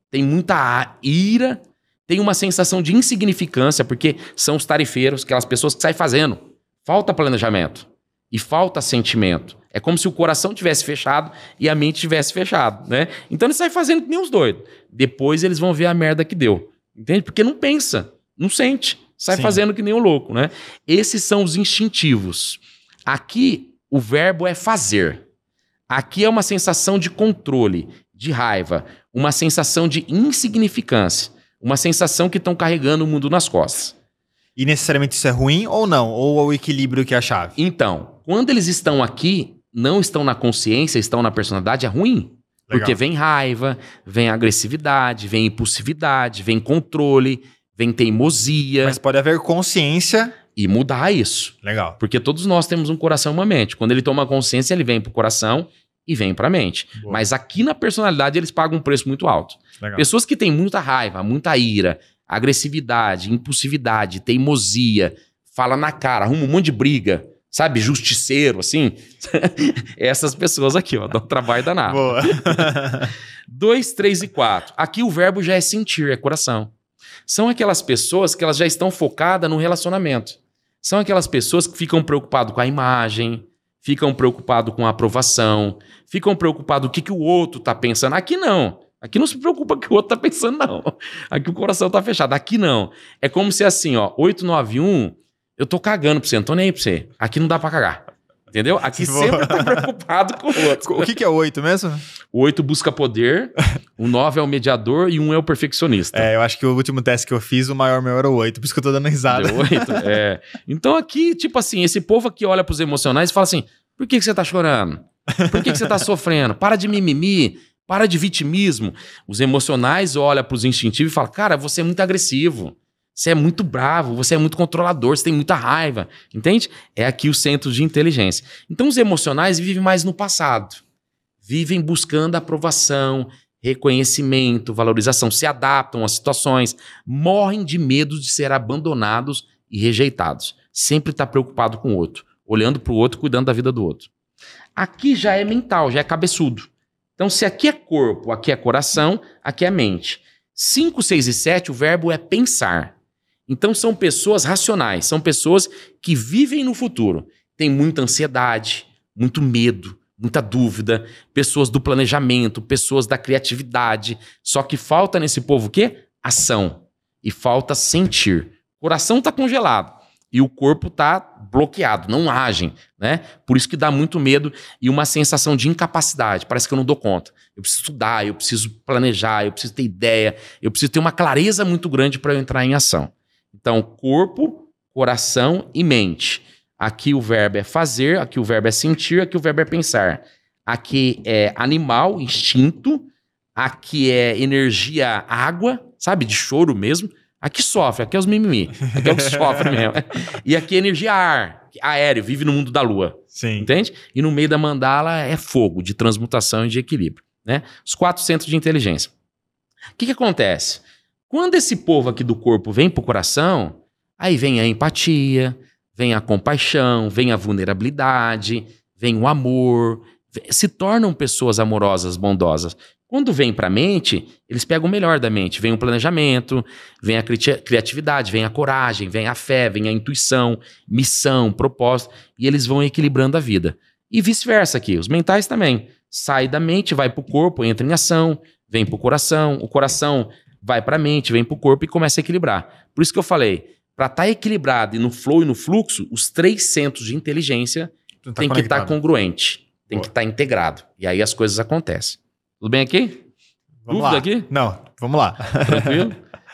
tem muita ira, tem uma sensação de insignificância, porque são os tarefeiros, aquelas pessoas que saem fazendo. Falta planejamento e falta sentimento. É como se o coração tivesse fechado e a mente tivesse fechado, né? Então eles saem fazendo que nem os doidos. Depois eles vão ver a merda que deu, entende? Porque não pensa, não sente, sai Sim. fazendo que nem um louco, né? Esses são os instintivos. Aqui o verbo é fazer. Aqui é uma sensação de controle, de raiva, uma sensação de insignificância, uma sensação que estão carregando o mundo nas costas. E necessariamente isso é ruim ou não? Ou é o equilíbrio que é a chave? Então, quando eles estão aqui, não estão na consciência, estão na personalidade, é ruim. Legal. Porque vem raiva, vem agressividade, vem impulsividade, vem controle, vem teimosia. Mas pode haver consciência... E mudar isso. Legal. Porque todos nós temos um coração e uma mente. Quando ele toma consciência, ele vem pro coração e vem pra mente. Boa. Mas aqui na personalidade, eles pagam um preço muito alto. Legal. Pessoas que têm muita raiva, muita ira, agressividade, impulsividade, teimosia, fala na cara, arruma um monte de briga, sabe? Justiceiro, assim. Essas pessoas aqui, ó, dão trabalho danado. Boa. Dois, três e quatro. Aqui o verbo já é sentir, é coração. São aquelas pessoas que elas já estão focadas no relacionamento. São aquelas pessoas que ficam preocupadas com a imagem, ficam preocupadas com a aprovação, ficam preocupadas com o que, que o outro está pensando. Aqui não. Aqui não se preocupa com o que o outro está pensando, não. Aqui o coração está fechado. Aqui não. É como se assim, ó, oito nove um, eu tô cagando pra você, não tô nem aí pra você. Aqui não dá pra cagar. Entendeu? Aqui sempre tá preocupado com o outro. O que, que é o oito mesmo? O oito busca poder, o nove é o mediador e um é o perfeccionista. É, eu acho que o último teste que eu fiz, o maior meu era o oito, por isso que eu tô dando risada. Deu oito, é. Então aqui, tipo assim, esse povo aqui olha pros emocionais e fala assim, por que, que você tá chorando? Por que, que você tá sofrendo? Para de mimimi, para de vitimismo. Os emocionais olham pros instintivos e falam, cara, você é muito agressivo. Você é muito bravo, você é muito controlador, você tem muita raiva, entende? É aqui o centro de inteligência. Então os emocionais vivem mais no passado. Vivem buscando aprovação, reconhecimento, valorização, se adaptam às situações, morrem de medo de ser abandonados e rejeitados. Sempre está preocupado com o outro, olhando para o outro, cuidando da vida do outro. Aqui já é mental, já é cabeçudo. Então se aqui é corpo, aqui é coração, aqui é mente. cinco, seis e sete, o verbo é pensar. Então são pessoas racionais, são pessoas que vivem no futuro. Tem muita ansiedade, muito medo, muita dúvida, pessoas do planejamento, pessoas da criatividade. Só que falta nesse povo o quê? Ação. E falta sentir. O coração está congelado e o corpo está bloqueado, não agem, né? Por isso que dá muito medo e uma sensação de incapacidade. Parece que eu não dou conta. Eu preciso estudar, eu preciso planejar, eu preciso ter ideia, eu preciso ter uma clareza muito grande para eu entrar em ação. Então, corpo, coração e mente. Aqui o verbo é fazer, aqui o verbo é sentir, aqui o verbo é pensar. Aqui é animal, instinto. Aqui é energia, água, sabe? De choro mesmo. Aqui sofre, aqui é os mimimi. Aqui é o que sofre mesmo. E aqui é energia ar, aéreo, vive no mundo da lua. Sim. Entende? E no meio da mandala é fogo, de transmutação e de equilíbrio. Né? Os quatro centros de inteligência. O que, que acontece? Quando esse povo aqui do corpo vem pro coração, aí vem a empatia, vem a compaixão, vem a vulnerabilidade, vem o amor, se tornam pessoas amorosas, bondosas. Quando vem pra mente, eles pegam o melhor da mente. Vem o planejamento, vem a cri- criatividade, vem a coragem, vem a fé, vem a intuição, missão, propósito, e eles vão equilibrando a vida. E vice-versa aqui, os mentais também. Sai da mente, vai pro corpo, entra em ação, vem pro coração, o coração vai para a mente, vem para o corpo e começa a equilibrar. Por isso que eu falei, para estar tá equilibrado e no flow e no fluxo, os três centros de inteligência tá tem que estar tá congruente, tem Boa. que estar tá integrado. E aí as coisas acontecem. Tudo bem aqui? Vamos Dúvida lá. aqui? Não, vamos lá. Tranquilo?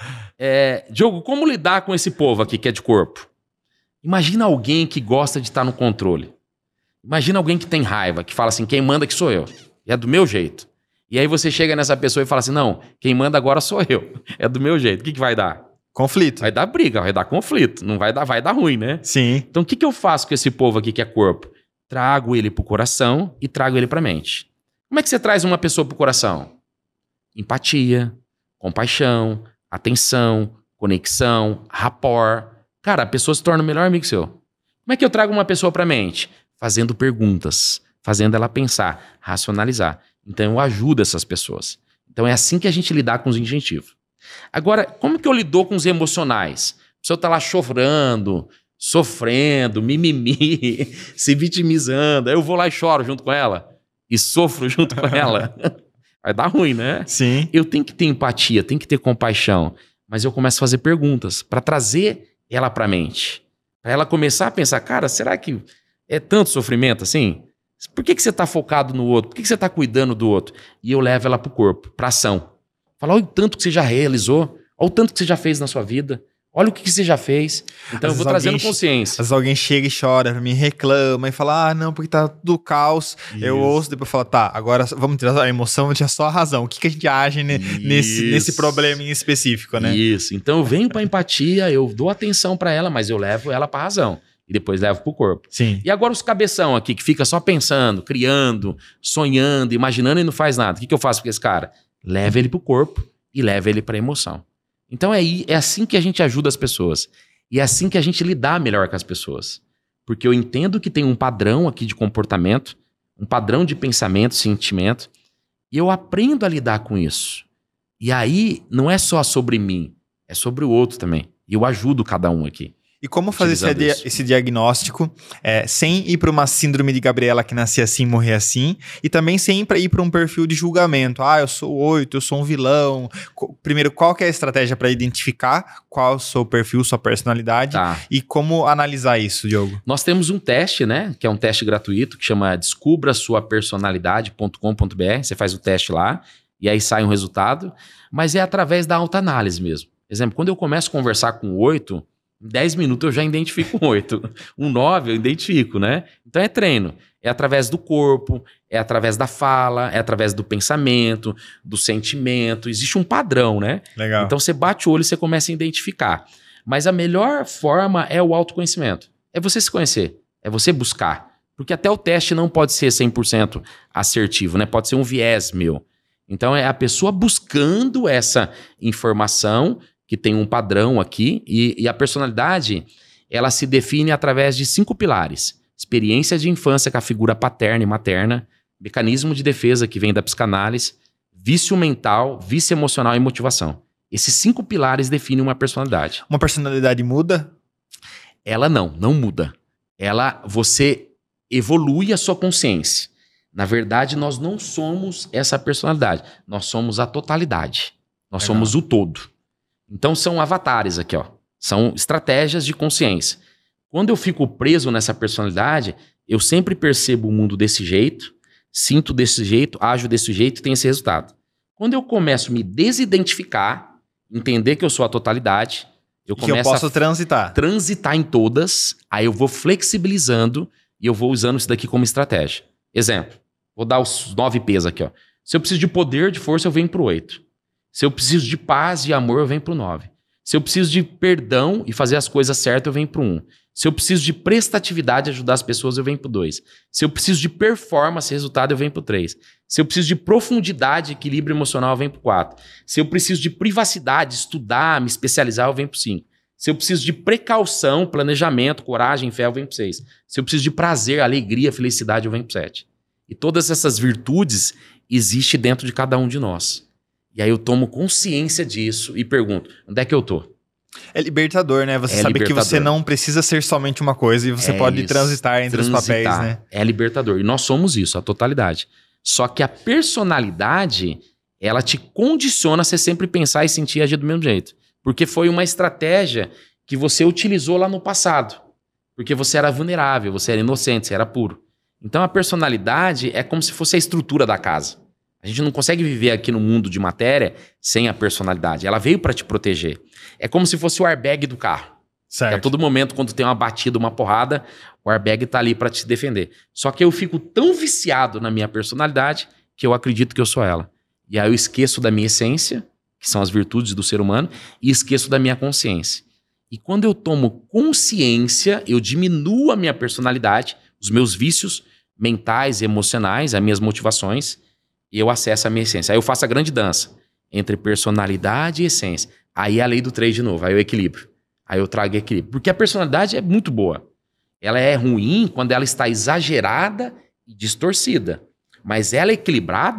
É, Diogo, como lidar com esse povo aqui que é de corpo? Imagina alguém que gosta de estar no controle. Imagina alguém que tem raiva, que fala assim, quem manda que sou eu. E é do meu jeito. E aí você chega nessa pessoa e fala assim, não, quem manda agora sou eu. É do meu jeito. O que, que vai dar? Conflito. Vai dar briga, vai dar conflito. Não vai dar, vai dar ruim, né? Sim. Então o que, que eu faço com esse povo aqui que é corpo? Trago ele pro coração e trago ele pra mente. Como é que você traz uma pessoa pro coração? Empatia, compaixão, atenção, conexão, rapport. Cara, a pessoa se torna o melhor amigo seu. Como é que eu trago uma pessoa pra mente? Fazendo perguntas, fazendo ela pensar, racionalizar. Então eu ajudo essas pessoas. Então é assim que a gente lidar com os incentivos. Agora, como que eu lido com os emocionais? A pessoa tá lá chorando, sofrendo, mimimi, se vitimizando. Aí eu vou lá e choro junto com ela e sofro junto com ela. Vai dar ruim, né? Sim. Eu tenho que ter empatia, tenho que ter compaixão, mas eu começo a fazer perguntas para trazer ela para a mente. Para ela começar a pensar, cara, será que é tanto sofrimento assim? Por que, que você está focado no outro? Por que, que você está cuidando do outro? E eu levo ela para o corpo, para ação. Falar, olha o tanto que você já realizou, olha o tanto que você já fez na sua vida. Olha o que você já fez. Então Às eu vou trazendo consciência. Às vezes alguém chega e chora, me reclama e fala, ah, não, porque tá tudo caos. Isso. Eu ouço, depois falo, tá, agora vamos tirar a emoção, vamos tirar só a razão. O que, que a gente age ne nesse, nesse problema em específico, né? Isso. Então eu venho pra empatia, eu dou atenção pra ela, mas eu levo ela pra razão. E depois levo pro corpo. Sim. E agora os cabeção aqui, que fica só pensando, criando, sonhando, imaginando e não faz nada. O que, que eu faço com esse cara? Leva ele pro corpo e leva ele pra emoção. Então é, é assim que a gente ajuda as pessoas. E é assim que a gente lidar melhor com as pessoas. Porque eu entendo que tem um padrão aqui de comportamento, um padrão de pensamento, sentimento, e eu aprendo a lidar com isso. E aí não é só sobre mim, é sobre o outro também. E eu ajudo cada um aqui. E como fazer esse, dia esse diagnóstico é, sem ir para uma síndrome de Gabriela que nasci assim, morrer assim, e também sem ir para um perfil de julgamento. Ah, eu sou oito, eu sou um vilão. Primeiro, qual que é a estratégia para identificar qual é o seu perfil, sua personalidade, tá. E como analisar isso, Diogo? Nós temos um teste, né, que é um teste gratuito, que chama descubra sua personalidade ponto com ponto br. Você faz o teste lá, e aí sai um resultado, mas é através da autoanálise mesmo. Por exemplo, quando eu começo a conversar com o oito, em dez minutos eu já identifico um oito. Um nove eu identifico, né? Então é treino. É através do corpo, é através da fala, é através do pensamento, do sentimento. Existe um padrão, né? Legal. Então você bate o olho e você começa a identificar. Mas a melhor forma é o autoconhecimento. É você se conhecer. É você buscar. Porque até o teste não pode ser cem por cento assertivo, né? Pode ser um viés meu. Então é a pessoa buscando essa informação que tem um padrão aqui, e, e a personalidade, ela se define através de cinco pilares. Experiência de infância com a figura paterna e materna, mecanismo de defesa que vem da psicanálise, vício mental, vício emocional e motivação. Esses cinco pilares definem uma personalidade. Uma personalidade muda? Ela não, não muda. Ela, você evolui a sua consciência. Na verdade, nós não somos essa personalidade, nós somos a totalidade. Nós Legal. Somos o todo. Então são avatares aqui, ó. São estratégias de consciência. Quando eu fico preso nessa personalidade, eu sempre percebo o mundo desse jeito, sinto desse jeito, ajo desse jeito e tenho esse resultado. Quando eu começo a me desidentificar, entender que eu sou a totalidade, eu começo que eu posso a transitar. transitar em todas, aí eu vou flexibilizando e eu vou usando isso daqui como estratégia. Exemplo, vou dar os nove P's aqui, ó. Se eu preciso de poder, de força, eu venho pro oito. Se eu preciso de paz e amor, eu venho pro nove. Se eu preciso de perdão e fazer as coisas certas, eu venho pro um. Se eu preciso de prestatividade e ajudar as pessoas, eu venho pro dois. Se eu preciso de performance e resultado, eu venho pro três. Se eu preciso de profundidade e equilíbrio emocional, eu venho pro quatro. Se eu preciso de privacidade, estudar, me especializar, eu venho pro cinco. Se eu preciso de precaução, planejamento, coragem, fé, eu venho pro seis. Se eu preciso de prazer, alegria, felicidade, eu venho pro sete. E todas essas virtudes existem dentro de cada um de nós. E aí eu tomo consciência disso e pergunto, onde é que eu tô? É libertador, né? Você é sabe que você não precisa ser somente uma coisa e você é pode isso. transitar entre transitar. os papéis, né? É libertador. E nós somos isso, a totalidade. Só que a personalidade, ela te condiciona a você sempre pensar e sentir e agir do mesmo jeito. Porque foi uma estratégia que você utilizou lá no passado. Porque você era vulnerável, você era inocente, você era puro. Então a personalidade é como se fosse a estrutura da casa. A gente não consegue viver aqui no mundo de matéria sem a personalidade. Ela veio para te proteger. É como se fosse o airbag do carro. Certo. Que a todo momento, quando tem uma batida, uma porrada, o airbag tá ali para te defender. Só que eu fico tão viciado na minha personalidade que eu acredito que eu sou ela. E aí eu esqueço da minha essência, que são as virtudes do ser humano, e esqueço da minha consciência. E quando eu tomo consciência, eu diminuo a minha personalidade, os meus vícios mentais, emocionais, as minhas motivações, e eu acesso a minha essência. Aí eu faço a grande dança entre personalidade e essência. Aí é a lei do três de novo, aí eu equilibro. Aí eu trago equilíbrio. Porque a personalidade é muito boa. Ela é ruim quando ela está exagerada e distorcida. Mas ela é equilibrada,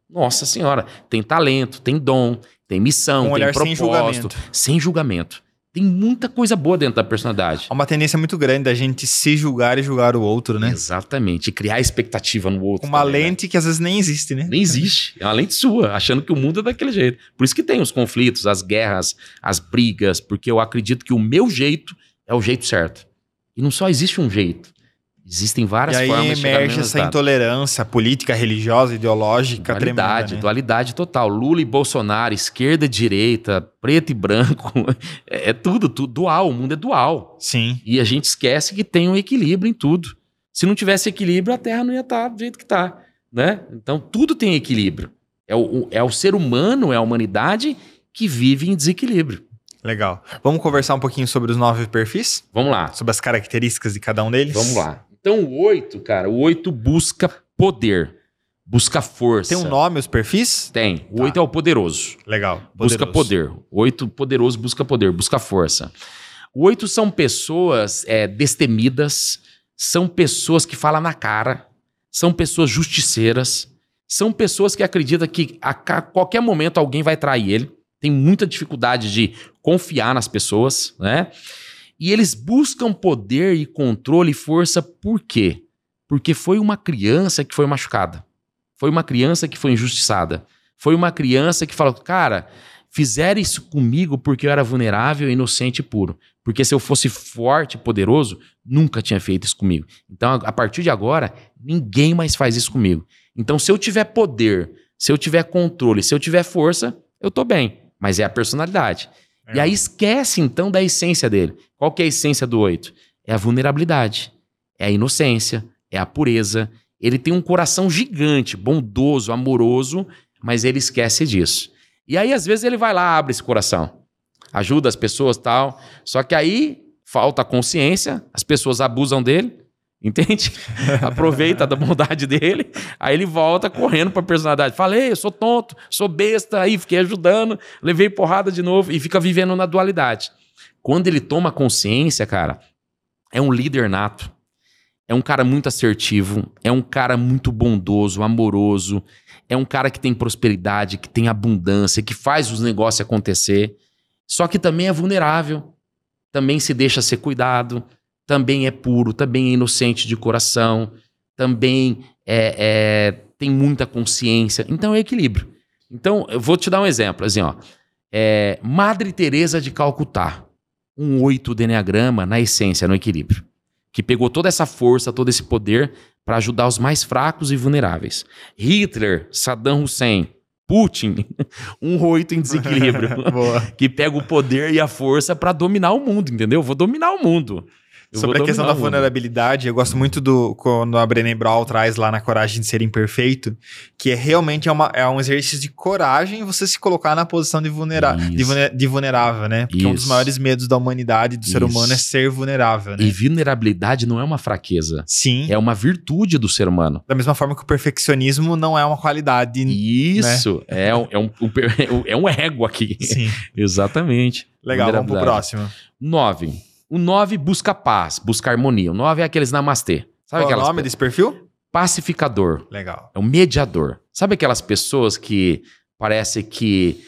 Nossa senhora, tem talento, tem dom, tem missão, Um tem olhar sem propósito. julgamento. Sem julgamento. Tem muita coisa boa dentro da personalidade. Há uma tendência muito grande da gente se julgar e julgar o outro, né? Exatamente. E criar expectativa no outro. Com uma também, lente né? que às vezes nem existe, né? Nem existe. É uma lente sua, achando que o mundo é daquele jeito. Por isso que tem os conflitos, as guerras, as brigas, porque eu acredito que o meu jeito é o jeito certo. E não só existe um jeito. Existem várias e aí formas de chegar no emerge mesmo essa resultado. intolerância política, religiosa, ideológica Dualidade, tremenda, né? dualidade total. Lula e Bolsonaro, esquerda e direita, preto e branco, é, é tudo, tudo dual, o mundo é dual. Sim. E a gente esquece que tem um equilíbrio em tudo. Se não tivesse equilíbrio, a Terra não ia estar do jeito que está, né? Então tudo tem equilíbrio. É o, é o ser humano, é a humanidade que vive em desequilíbrio. Legal. Vamos conversar um pouquinho sobre os nove perfis? Vamos lá. Sobre as características de cada um deles? Vamos lá. Então o oito, cara, o oito busca poder, busca força. Tem um nome os perfis? Tem. O Tá. oito é o poderoso. Legal. Busca Poderoso. poder. O oito poderoso busca poder, busca força. O oito são pessoas é, destemidas, são pessoas que falam na cara, são pessoas justiceiras, são pessoas que acreditam que a ca- qualquer momento alguém vai trair ele, tem muita dificuldade de confiar nas pessoas, né? E eles buscam poder e controle e força por quê? Porque foi uma criança que foi machucada. Foi uma criança que foi injustiçada. Foi uma criança que falou, cara, fizeram isso comigo porque eu era vulnerável, inocente e puro. Porque se eu fosse forte e poderoso, nunca tinha feito isso comigo. Então, a partir de agora, ninguém mais faz isso comigo. Então, se eu tiver poder, se eu tiver controle, se eu tiver força, eu tô bem. Mas é a personalidade. É. E aí esquece, então, da essência dele. Qual que é a essência do oito? É a vulnerabilidade, é a inocência, é a pureza. Ele tem um coração gigante, bondoso, amoroso, mas ele esquece disso. E aí, às vezes, ele vai lá, abre esse coração, ajuda as pessoas e tal. Só que aí falta consciência, as pessoas abusam dele, entende? Aproveita da bondade dele, aí ele volta correndo pra personalidade. Falei, eu sou tonto, sou besta, aí fiquei ajudando, levei porrada de novo e fica vivendo na dualidade. Quando ele toma consciência, cara, é um líder nato, é um cara muito assertivo, é um cara muito bondoso, amoroso, é um cara que tem prosperidade, que tem abundância, que faz os negócios acontecer, só que também é vulnerável, também se deixa ser cuidado, também é puro, também é inocente de coração, também é, é, tem muita consciência. Então é equilíbrio. Então, eu vou te dar um exemplo. Assim, ó, é, Madre Teresa de Calcutá, um oito do Enneagrama, na essência, no equilíbrio. Que pegou toda essa força, todo esse poder para ajudar os mais fracos e vulneráveis. Hitler, Saddam Hussein, Putin, um oito em desequilíbrio. Boa. Que pega o poder e a força para dominar o mundo, entendeu? Eu vou dominar o mundo. Eu Sobre vou a questão dominar da o mundo. vulnerabilidade, eu gosto muito do quando a Brené Brown traz lá na Coragem de Ser Imperfeito, que é realmente é, uma, é um exercício de coragem você se colocar na posição de, vulnera de, Isso. vulne- de vulnerável, né? Porque um dos Isso. maiores medos da humanidade, do ser Isso. humano, é ser vulnerável, né? E vulnerabilidade não é uma fraqueza, Sim. é uma virtude do ser humano. Da mesma forma que o perfeccionismo não é uma qualidade. Isso, é, um, é, um, um- é um ego aqui. Sim. Exatamente. Legal, vamos pro Vulnerabilidade. próximo. Nove. O nove busca paz, busca harmonia. O nove é aqueles namastê. Sabe Qual é o aquelas nome pe- desse perfil? Pacificador. Legal. É o mediador. Sabe aquelas pessoas que parece que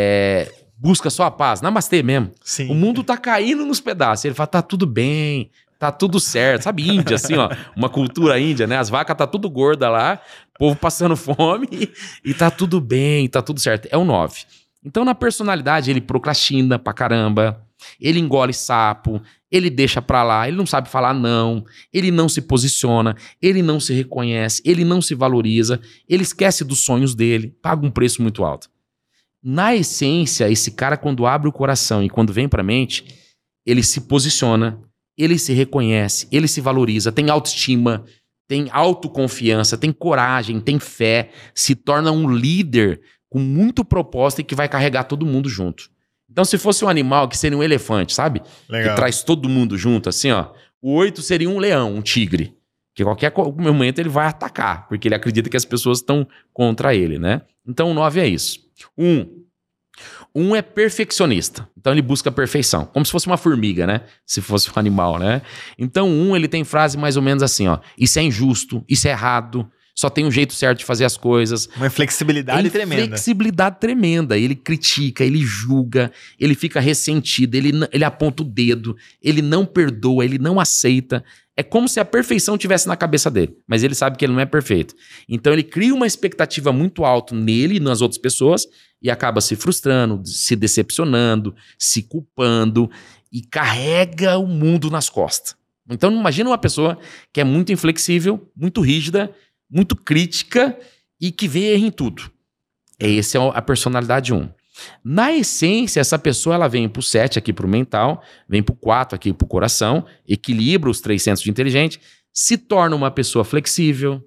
é, busca só a paz? Namastê mesmo. Sim. O mundo tá caindo nos pedaços. Ele fala, tá tudo bem, tá tudo certo. Sabe, Índia, assim, ó. Uma cultura índia, né? As vacas tá tudo gorda lá, o povo passando fome e, e tá tudo bem, tá tudo certo. É o nove. Então, na personalidade, ele procrastina pra caramba, ele engole sapo, ele deixa pra lá, ele não sabe falar não, ele não se posiciona, ele não se reconhece, ele não se valoriza, ele esquece dos sonhos dele, paga um preço muito alto. Na essência, esse cara, quando abre o coração e quando vem pra mente, ele se posiciona, ele se reconhece, ele se valoriza, tem autoestima, tem autoconfiança, tem coragem, tem fé, se torna um líder com muito propósito e que vai carregar todo mundo junto. Então, se fosse um animal que seria um elefante, sabe? Legal. Que traz todo mundo junto, assim, ó. O oito seria um leão, um tigre. Que qualquer co- momento ele vai atacar, porque ele acredita que as pessoas estão contra ele, né? Então, o nove é isso. Um. Um é perfeccionista. Então, ele busca a perfeição. Como se fosse uma formiga, né? Se fosse um animal, né? Então, um, ele tem frase mais ou menos assim, ó. Isso é injusto, isso é errado, Só tem um jeito certo de fazer as coisas. Uma flexibilidade ele, tremenda. Flexibilidade tremenda. Ele critica, ele julga, ele fica ressentido, ele, ele aponta o dedo, ele não perdoa, ele não aceita. É como se a perfeição estivesse na cabeça dele, mas ele sabe que ele não é perfeito. Então ele cria uma expectativa muito alta nele e nas outras pessoas e acaba se frustrando, se decepcionando, se culpando e carrega o mundo nas costas. Então imagina uma pessoa que é muito inflexível, muito rígida, muito crítica e que vê erro em tudo. Essa é a personalidade um. Na essência, essa pessoa ela vem pro sete aqui pro mental, vem pro quatro aqui pro coração, equilibra os três centros de inteligente, se torna uma pessoa flexível,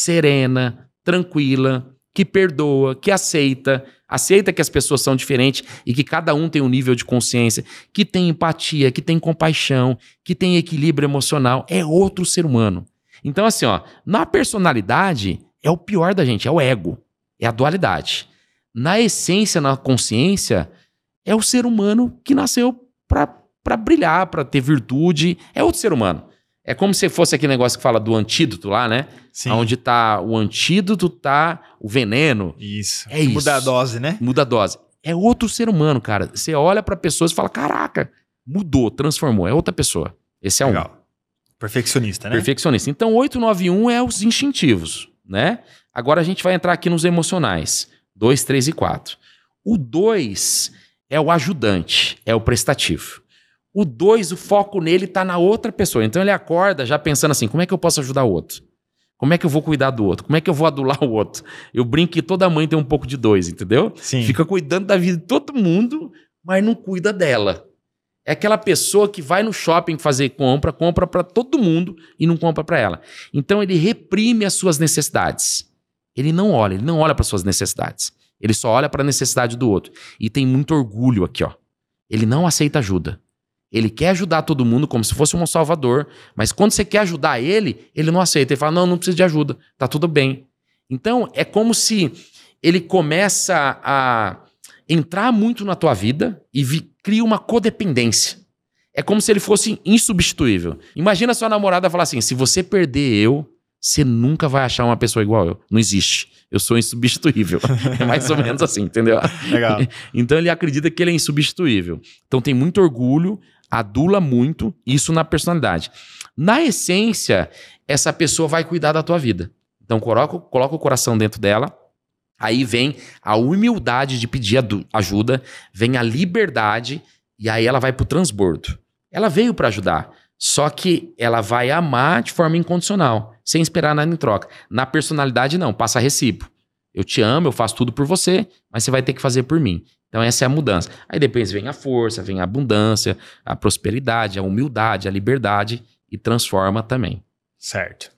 serena, tranquila, que perdoa, que aceita, aceita que as pessoas são diferentes e que cada um tem um nível de consciência, que tem empatia, que tem compaixão, que tem equilíbrio emocional, é outro ser humano. Então assim, ó, na personalidade é o pior da gente, é o ego, é a dualidade. Na essência, na consciência, é o ser humano que nasceu para brilhar, para ter virtude, é outro ser humano. É como se fosse aquele negócio que fala do antídoto lá, né? Sim. Onde tá o antídoto, tá o veneno. Isso. É isso. Muda a dose, né? Muda a dose. É outro ser humano, cara. Você olha para pessoas e fala, caraca, mudou, transformou, é outra pessoa. Esse é um. Legal. Perfeccionista, né? Perfeccionista. Então, oito nove um é os instintivos, né? Agora a gente vai entrar aqui nos emocionais. dois, três e quatro. O dois é o ajudante, é o prestativo. O dois, o foco nele está na outra pessoa. Então ele acorda já pensando assim, como é que eu posso ajudar o outro? Como é que eu vou cuidar do outro? Como é que eu vou adular o outro? Eu brinco que toda mãe tem um pouco de dois, entendeu? Sim. Fica cuidando da vida de todo mundo, mas não cuida dela. É aquela pessoa que vai no shopping fazer compra, compra para todo mundo e não compra para ela. Então ele reprime as suas necessidades. Ele não olha, ele não olha para suas necessidades. Ele só olha para a necessidade do outro. E tem muito orgulho aqui, ó. Ele não aceita ajuda. Ele quer ajudar todo mundo como se fosse um salvador, mas quando você quer ajudar ele, ele não aceita. Ele fala, não, não precisa de ajuda, tá tudo bem. Então, é como se ele começa a entrar muito na tua vida e vi, cria uma codependência. É como se ele fosse insubstituível. Imagina sua namorada falar assim, se você perder eu, você nunca vai achar uma pessoa igual eu. Não existe. Eu sou insubstituível. É mais ou menos assim, entendeu? Legal. Então ele acredita que ele é insubstituível. Então tem muito orgulho, adula muito, isso na personalidade. Na essência, essa pessoa vai cuidar da tua vida. Então coloca, coloca o coração dentro dela, aí vem a humildade de pedir ajuda, vem a liberdade e aí ela vai pro transbordo. Ela veio para ajudar, só que ela vai amar de forma incondicional, sem esperar nada em troca. Na personalidade não, passa recíproco. Eu te amo, eu faço tudo por você, mas você vai ter que fazer por mim. Então essa é a mudança. Aí depois vem a força, vem a abundância, a prosperidade, a humildade, a liberdade e transforma também. Certo.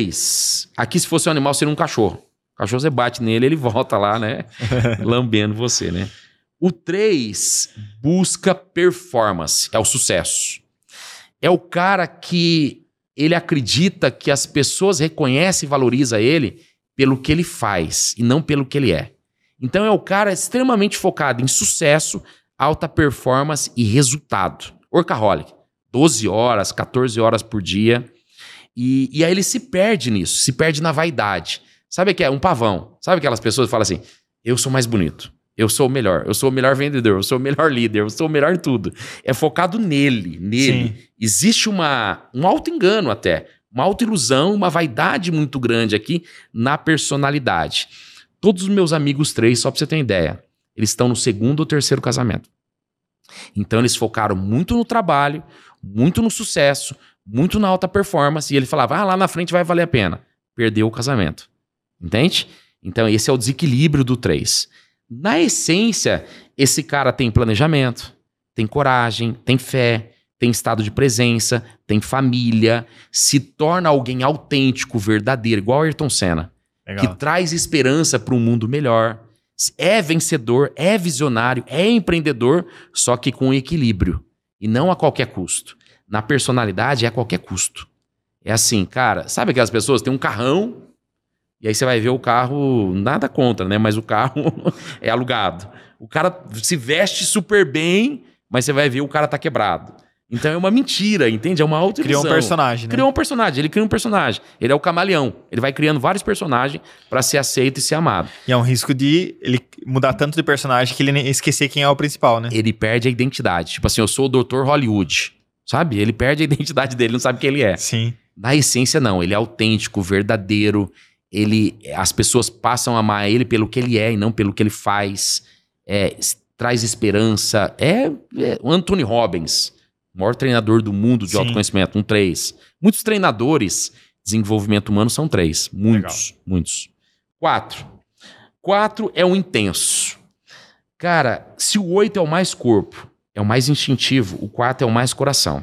Três. Aqui se fosse um animal seria um cachorro. O cachorro você bate nele, ele volta lá, né? Lambendo você, né? O três busca performance, é o sucesso. É o cara que ele acredita que as pessoas reconhecem e valorizam ele pelo que ele faz e não pelo que ele é. Então é o cara extremamente focado em sucesso, alta performance e resultado. Workaholic. doze horas, catorze horas por dia. E, e aí ele se perde nisso, se perde na vaidade. Sabe o que é? Um pavão. Sabe aquelas pessoas que falam assim, eu sou mais bonito, eu sou o melhor, eu sou o melhor vendedor, eu sou o melhor líder, eu sou o melhor em tudo. É focado nele, nele. Sim. Existe uma, um auto-engano até, uma auto-ilusão, uma vaidade muito grande aqui na personalidade. Todos os meus amigos três, só pra você ter uma ideia, eles estão no segundo ou terceiro casamento. Então eles focaram muito no trabalho, muito no sucesso, muito na alta performance, e ele falava, ah, lá na frente vai valer a pena. Perdeu o casamento. Entende? Então esse é o desequilíbrio do três. Na essência, esse cara tem planejamento, tem coragem, tem fé, tem estado de presença, tem família, se torna alguém autêntico, verdadeiro, igual Ayrton Senna. Legal. Que traz esperança para um mundo melhor, é vencedor, é visionário, é empreendedor, só que com equilíbrio e não a qualquer custo. Na personalidade é a qualquer custo. É assim, cara, sabe aquelas pessoas que têm um carrão e aí você vai ver o carro, nada contra, né? Mas o carro é alugado. O cara se veste super bem, mas você vai ver o cara tá quebrado. Então é uma mentira, entende? É uma autoilusão. Criou um personagem, né? Criou um personagem, ele cria um personagem. Ele é o camaleão. Ele vai criando vários personagens pra ser aceito e ser amado. E é um risco de ele mudar tanto de personagem que ele nem esquecer quem é o principal, né? Ele perde a identidade. Tipo assim, eu sou o doutor Hollywood, sabe? Ele perde a identidade dele, não sabe quem ele é. Sim. Na essência, não. Ele é autêntico, verdadeiro. Ele, as pessoas passam a amar ele pelo que ele é e não pelo que ele faz. É, traz esperança. É, é o Anthony Robbins, o maior treinador do mundo de Sim. autoconhecimento, um três. Muitos treinadores de desenvolvimento humano são três. Muitos, Legal. muitos. Quatro. Quatro é o intenso. Cara, se o oito é o mais corpo, é o mais instintivo, o quatro é o mais coração.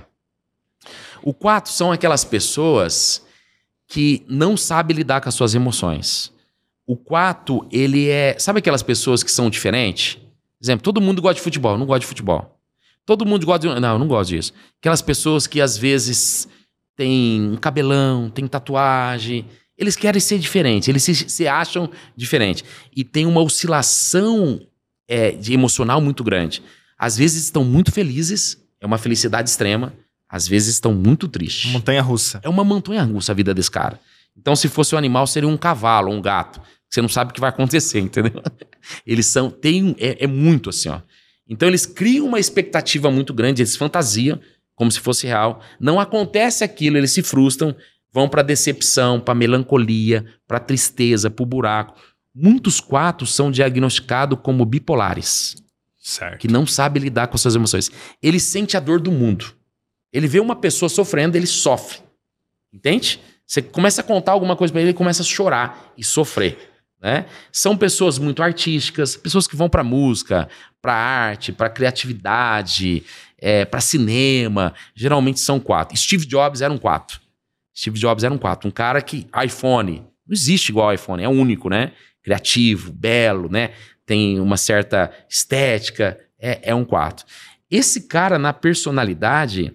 O quatro são aquelas pessoas que não sabem lidar com as suas emoções. O quatro, ele é... Sabe aquelas pessoas que são diferentes? Por exemplo, todo mundo gosta de futebol, eu não gosto de futebol. Todo mundo gosta de... Não, eu não gosto disso. Aquelas pessoas que às vezes têm um cabelão, têm tatuagem... Eles querem ser diferentes, eles se, se acham diferentes. E tem uma oscilação é, de emocional muito grande. Às vezes estão muito felizes, é uma felicidade extrema. Às vezes estão muito tristes. Montanha-russa. É uma montanha-russa a vida desse cara. Então, se fosse um animal, seria um cavalo, um gato. Você não sabe o que vai acontecer, entendeu? Eles são... Tem, é, é muito assim, ó. Então, eles criam uma expectativa muito grande, eles fantasiam como se fosse real. Não acontece aquilo, eles se frustram, vão para decepção, para melancolia, para tristeza, para o buraco. Muitos quatro são diagnosticados como bipolares. Certo. Que não sabem lidar com suas emoções. Ele sente a dor do mundo. Ele vê uma pessoa sofrendo, ele sofre. Entende? Você começa a contar alguma coisa para ele, ele começa a chorar e sofrer. Né? São pessoas muito artísticas, pessoas que vão para música, para arte, para criatividade, é, para cinema. Geralmente são quatro. Steve Jobs era um quatro. Steve Jobs era um quatro. Um cara que... iPhone. Não existe igual ao iPhone. É único, né? Criativo, belo, né? Tem uma certa estética. É, é um quatro. Esse cara, na personalidade...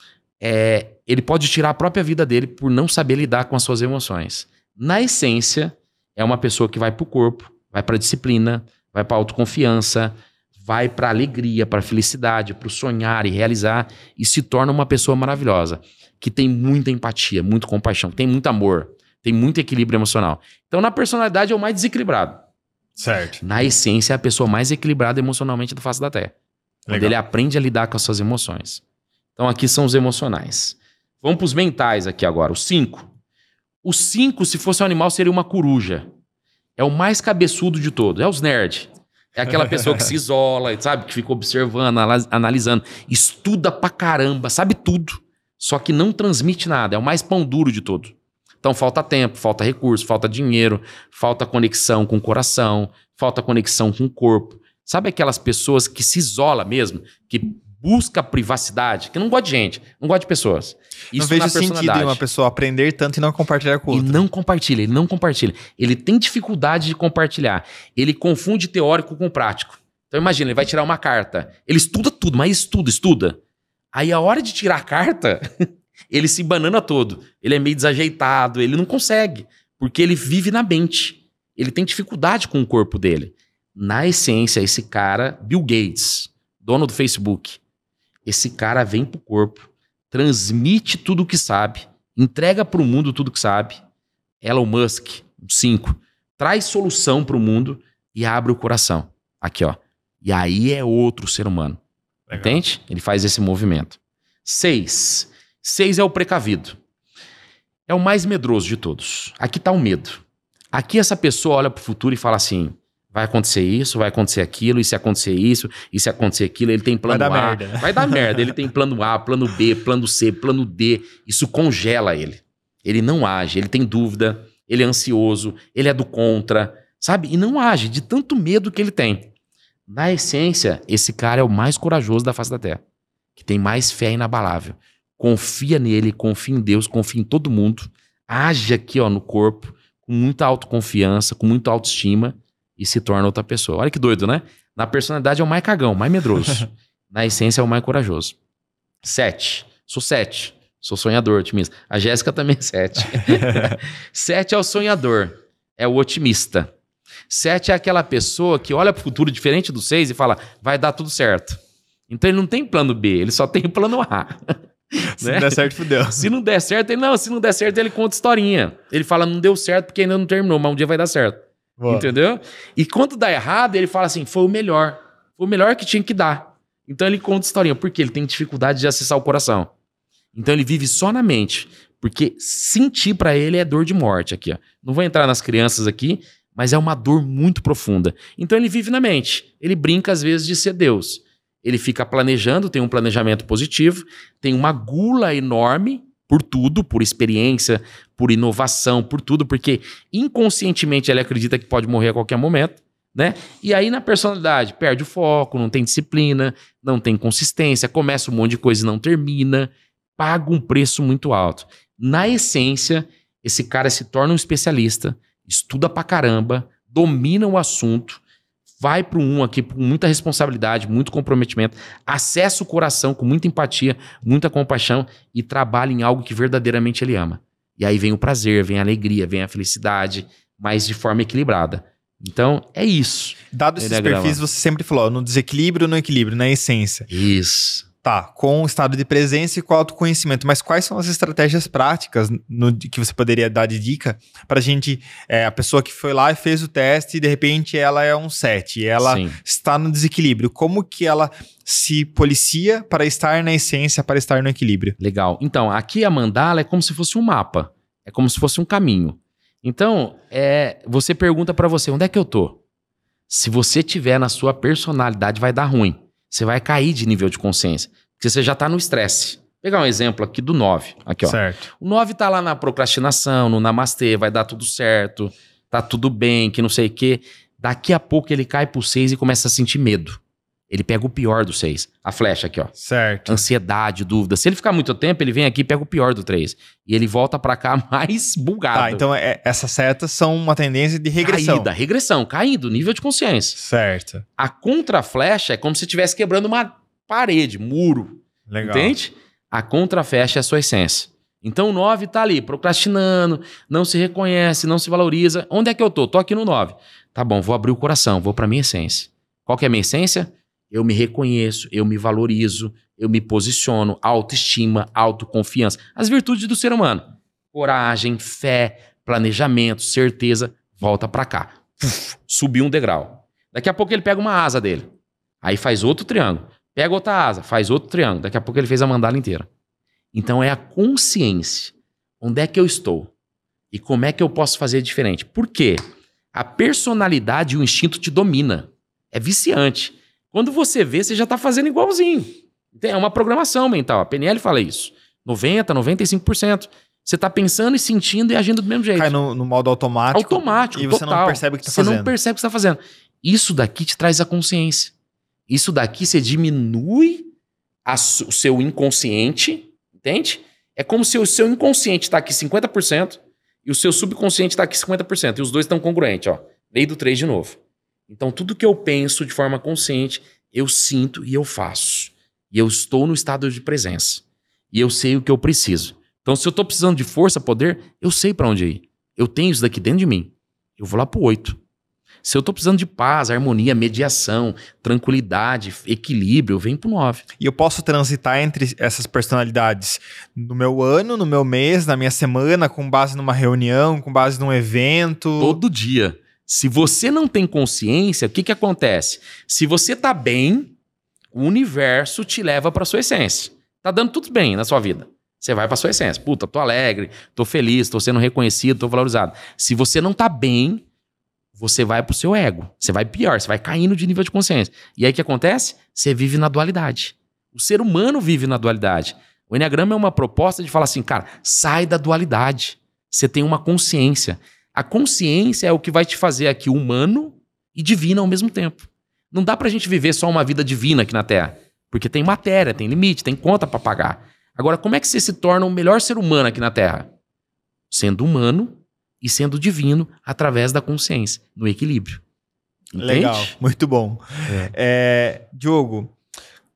É, ele pode tirar a própria vida dele por não saber lidar com as suas emoções. Na essência, é uma pessoa que vai para o corpo, vai para a disciplina, vai para a autoconfiança, vai para a alegria, para a felicidade, para o sonhar e realizar, e se torna uma pessoa maravilhosa, que tem muita empatia, muito compaixão, tem muito amor, tem muito equilíbrio emocional. Então, na personalidade, é o mais desequilibrado. Certo. Na essência, é a pessoa mais equilibrada emocionalmente da face da Terra. Legal. Quando ele aprende a lidar com as suas emoções. Então aqui são os emocionais. Vamos para os mentais aqui agora, os cinco. O cinco, se fosse um animal, seria uma coruja. É o mais cabeçudo de todos, é os nerds. É aquela pessoa que se isola, sabe? Que fica observando, analisando, estuda pra caramba, sabe tudo. Só que não transmite nada, é o mais pão duro de todos. Então falta tempo, falta recurso, falta dinheiro, falta conexão com o coração, falta conexão com o corpo. Sabe aquelas pessoas que se isolam mesmo, que busca privacidade, que não gosta de gente, não gosta de pessoas. Isso não vejo sentido em uma pessoa aprender tanto e não compartilhar com o outro. E não compartilha, ele não compartilha. Ele tem dificuldade de compartilhar. Ele confunde teórico com prático. Então imagina, ele vai tirar uma carta. Ele estuda tudo, mas estuda, estuda. Aí a hora de tirar a carta, ele se banana todo. Ele é meio desajeitado, ele não consegue. Porque ele vive na mente. Ele tem dificuldade com o corpo dele. Na essência, esse cara, Bill Gates, dono do Facebook, esse cara vem pro corpo, transmite tudo o que sabe, entrega pro mundo tudo que sabe. Elon Musk, cinco, traz solução pro mundo e abre o coração. Aqui, ó. E aí é outro ser humano. Legal. Entende? Ele faz esse movimento. Seis. Seis é o precavido. É o mais medroso de todos. Aqui tá o medo. Aqui essa pessoa olha pro futuro e fala assim... Vai acontecer isso, vai acontecer aquilo, e se acontecer isso, e se acontecer aquilo, ele tem plano A. Vai dar merda. Vai dar merda. Ele tem plano A, plano B, plano C, plano D. Isso congela ele. Ele não age, ele tem dúvida, ele é ansioso, ele é do contra, sabe? E não age de tanto medo que ele tem. Na essência, esse cara é o mais corajoso da face da Terra. Que tem mais fé inabalável. Confia nele, confia em Deus, confia em todo mundo. Age aqui, ó, no corpo, com muita autoconfiança, com muita autoestima. E se torna outra pessoa. Olha que doido, né? Na personalidade é o mais cagão, o mais medroso. Na essência é o mais corajoso. Sete. Sou sete. Sou sonhador, otimista. A Jéssica também é sete. Sete é o sonhador. É o otimista. Sete é aquela pessoa que olha para o futuro diferente do seis e fala, vai dar tudo certo. Então ele não tem plano B, ele só tem plano A. Se né? não der certo, fudeu. Se não der certo, ele não, se não der certo, ele conta historinha. Ele fala, não deu certo porque ainda não terminou, mas um dia vai dar certo. Boa. Entendeu? E quando dá errado, ele fala assim, foi o melhor. Foi o melhor que tinha que dar. Então ele conta historinha, porque ele tem dificuldade de acessar o coração. Então ele vive só na mente, porque sentir pra ele é dor de morte aqui, ó. Não vou entrar nas crianças aqui, mas é uma dor muito profunda. Então ele vive na mente. Ele brinca às vezes de ser Deus. Ele fica planejando, tem um planejamento positivo, tem uma gula enorme por tudo, por experiência, por inovação, por tudo, porque inconscientemente ele acredita que pode morrer a qualquer momento, né? E aí na personalidade perde o foco, não tem disciplina, não tem consistência, começa um monte de coisa e não termina, paga um preço muito alto. Na essência, esse cara se torna um especialista, estuda pra caramba, domina o assunto, vai para o um aqui com muita responsabilidade, muito comprometimento, acessa o coração com muita empatia, muita compaixão e trabalha em algo que verdadeiramente ele ama. E aí vem o prazer, vem a alegria, vem a felicidade, mas de forma equilibrada. Então, é isso. Dado esses perfis, você sempre falou, no desequilíbrio, no equilíbrio, na essência. Isso. Tá, com o estado de presença e com o autoconhecimento. Mas quais são as estratégias práticas no, que você poderia dar de dica pra gente, é, a pessoa que foi lá e fez o teste e de repente ela é um sete, e ela Sim. está no desequilíbrio. Como que ela se policia para estar na essência, para estar no equilíbrio? Legal. Então, aqui a mandala é como se fosse um mapa. É como se fosse um caminho. Então, é, você pergunta pra você, onde é que eu tô? Se você tiver na sua personalidade, vai dar ruim. Você vai cair de nível de consciência, porque você já está no estresse. Vou pegar um exemplo aqui do nove. Aqui, ó. Certo. O nove tá lá na procrastinação, no namastê, vai dar tudo certo, tá tudo bem, que não sei o quê. Daqui a pouco ele cai pro seis e começa a sentir medo. Ele pega o pior do seis. A flecha aqui, ó. Certo. Ansiedade, dúvida. Se ele ficar muito tempo, ele vem aqui e pega o pior do três. E ele volta pra cá mais bugado. Tá, então é, essas setas são uma tendência de regressão. Caída, regressão, caindo, nível de consciência. Certo. A contra-flecha é como se estivesse quebrando uma parede, muro. Legal. Entende? A contra-flecha é a sua essência. Então o nove tá ali, procrastinando, não se reconhece, não se valoriza. Onde é que eu tô? Tô aqui no nove. Tá bom, vou abrir o coração, vou pra minha essência. Qual que é a minha essência? Eu me reconheço, eu me valorizo, eu me posiciono, autoestima, autoconfiança. As virtudes do ser humano. Coragem, fé, planejamento, certeza. Volta pra cá. Uf, subiu um degrau. Daqui a pouco ele pega uma asa dele. Aí faz outro triângulo. Pega outra asa, faz outro triângulo. Daqui a pouco ele fez a mandala inteira. Então é a consciência. Onde é que eu estou? E como é que eu posso fazer diferente? Por quê? A personalidade e o instinto te domina. É viciante. Quando você vê, você já está fazendo igualzinho. É uma programação mental. A P N L fala isso. noventa, noventa e cinco por cento. Você está pensando e sentindo e agindo do mesmo jeito. Cai no, no modo automático. Automático, E você total. não percebe o que está fazendo. fazendo. Você não percebe o que está fazendo. Isso daqui te traz a consciência. Isso daqui você diminui a, o seu inconsciente, entende? É como se o seu inconsciente está aqui cinquenta por cento e o seu subconsciente está aqui cinquenta por cento. E os dois estão congruentes, ó. Lei do três de novo. Então, tudo que eu penso de forma consciente, eu sinto e eu faço. E eu estou no estado de presença. E eu sei o que eu preciso. Então, se eu estou precisando de força, poder, eu sei para onde ir. Eu tenho isso daqui dentro de mim. Eu vou lá pro oito. Se eu estou precisando de paz, harmonia, mediação, tranquilidade, equilíbrio, eu venho pro nove. E eu posso transitar entre essas personalidades no meu ano, no meu mês, na minha semana, com base numa reunião, com base num evento. Todo dia. Se você não tem consciência, o que que acontece? Se você tá bem, o universo te leva para sua essência. Tá dando tudo bem na sua vida. Você vai para sua essência. Puta, tô alegre, tô feliz, tô sendo reconhecido, tô valorizado. Se você não tá bem, você vai pro seu ego. Você vai pior, você vai caindo de nível de consciência. E aí o que acontece? Você vive na dualidade. O ser humano vive na dualidade. O Enneagrama é uma proposta de falar assim, cara, sai da dualidade. Você tem uma consciência. A consciência é o que vai te fazer aqui humano e divino ao mesmo tempo. Não dá pra gente viver só uma vida divina aqui na Terra. Porque tem matéria, tem limite, tem conta pra pagar. Agora, como é que você se torna o melhor ser humano aqui na Terra? Sendo humano e sendo divino através da consciência, no equilíbrio. Entende? Legal, muito bom. É. É, Diogo,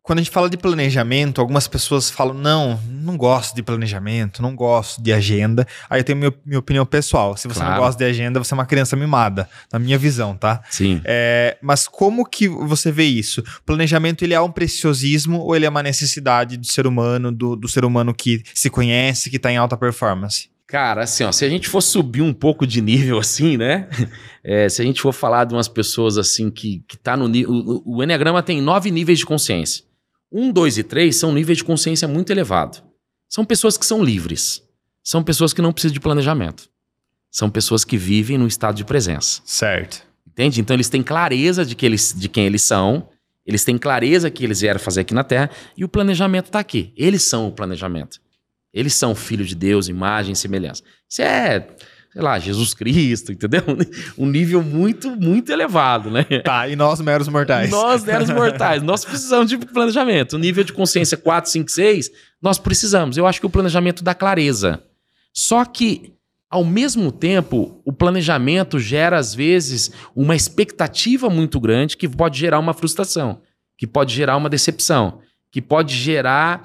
Quando a gente fala de planejamento, algumas pessoas falam, não, não gosto de planejamento, não gosto de agenda. Aí eu tenho minha, minha opinião pessoal. Se você Claro. não gosta de agenda, você é uma criança mimada, na minha visão, tá? Sim. É, mas como que você vê isso? O planejamento, ele é um preciosismo ou ele é uma necessidade do ser humano, do, do ser humano que se conhece, que tá em alta performance? Cara, assim, ó, se a gente for subir um pouco de nível assim, né? É, se a gente for falar de umas pessoas assim que, que tá no nível... O, o Enneagrama tem nove níveis de consciência. Um, dois e três são níveis de consciência muito elevado. São pessoas que são livres. São pessoas que não precisam de planejamento. São pessoas que vivem no estado de presença. Certo. Entende? Então eles têm clareza de, que eles, de quem eles são, eles têm clareza que eles vieram fazer aqui na Terra e o planejamento está aqui. Eles são o planejamento. Eles são filho de Deus, imagem e semelhança. Isso é, sei lá, Jesus Cristo, entendeu? Um nível muito, muito elevado, né? Tá, e nós meros mortais. Nós, meros mortais, nós precisamos de planejamento. O nível de consciência quatro, cinco, seis, nós precisamos. Eu acho que o planejamento dá clareza. Só que, ao mesmo tempo, o planejamento gera, às vezes, uma expectativa muito grande que pode gerar uma frustração, que pode gerar uma decepção, que pode gerar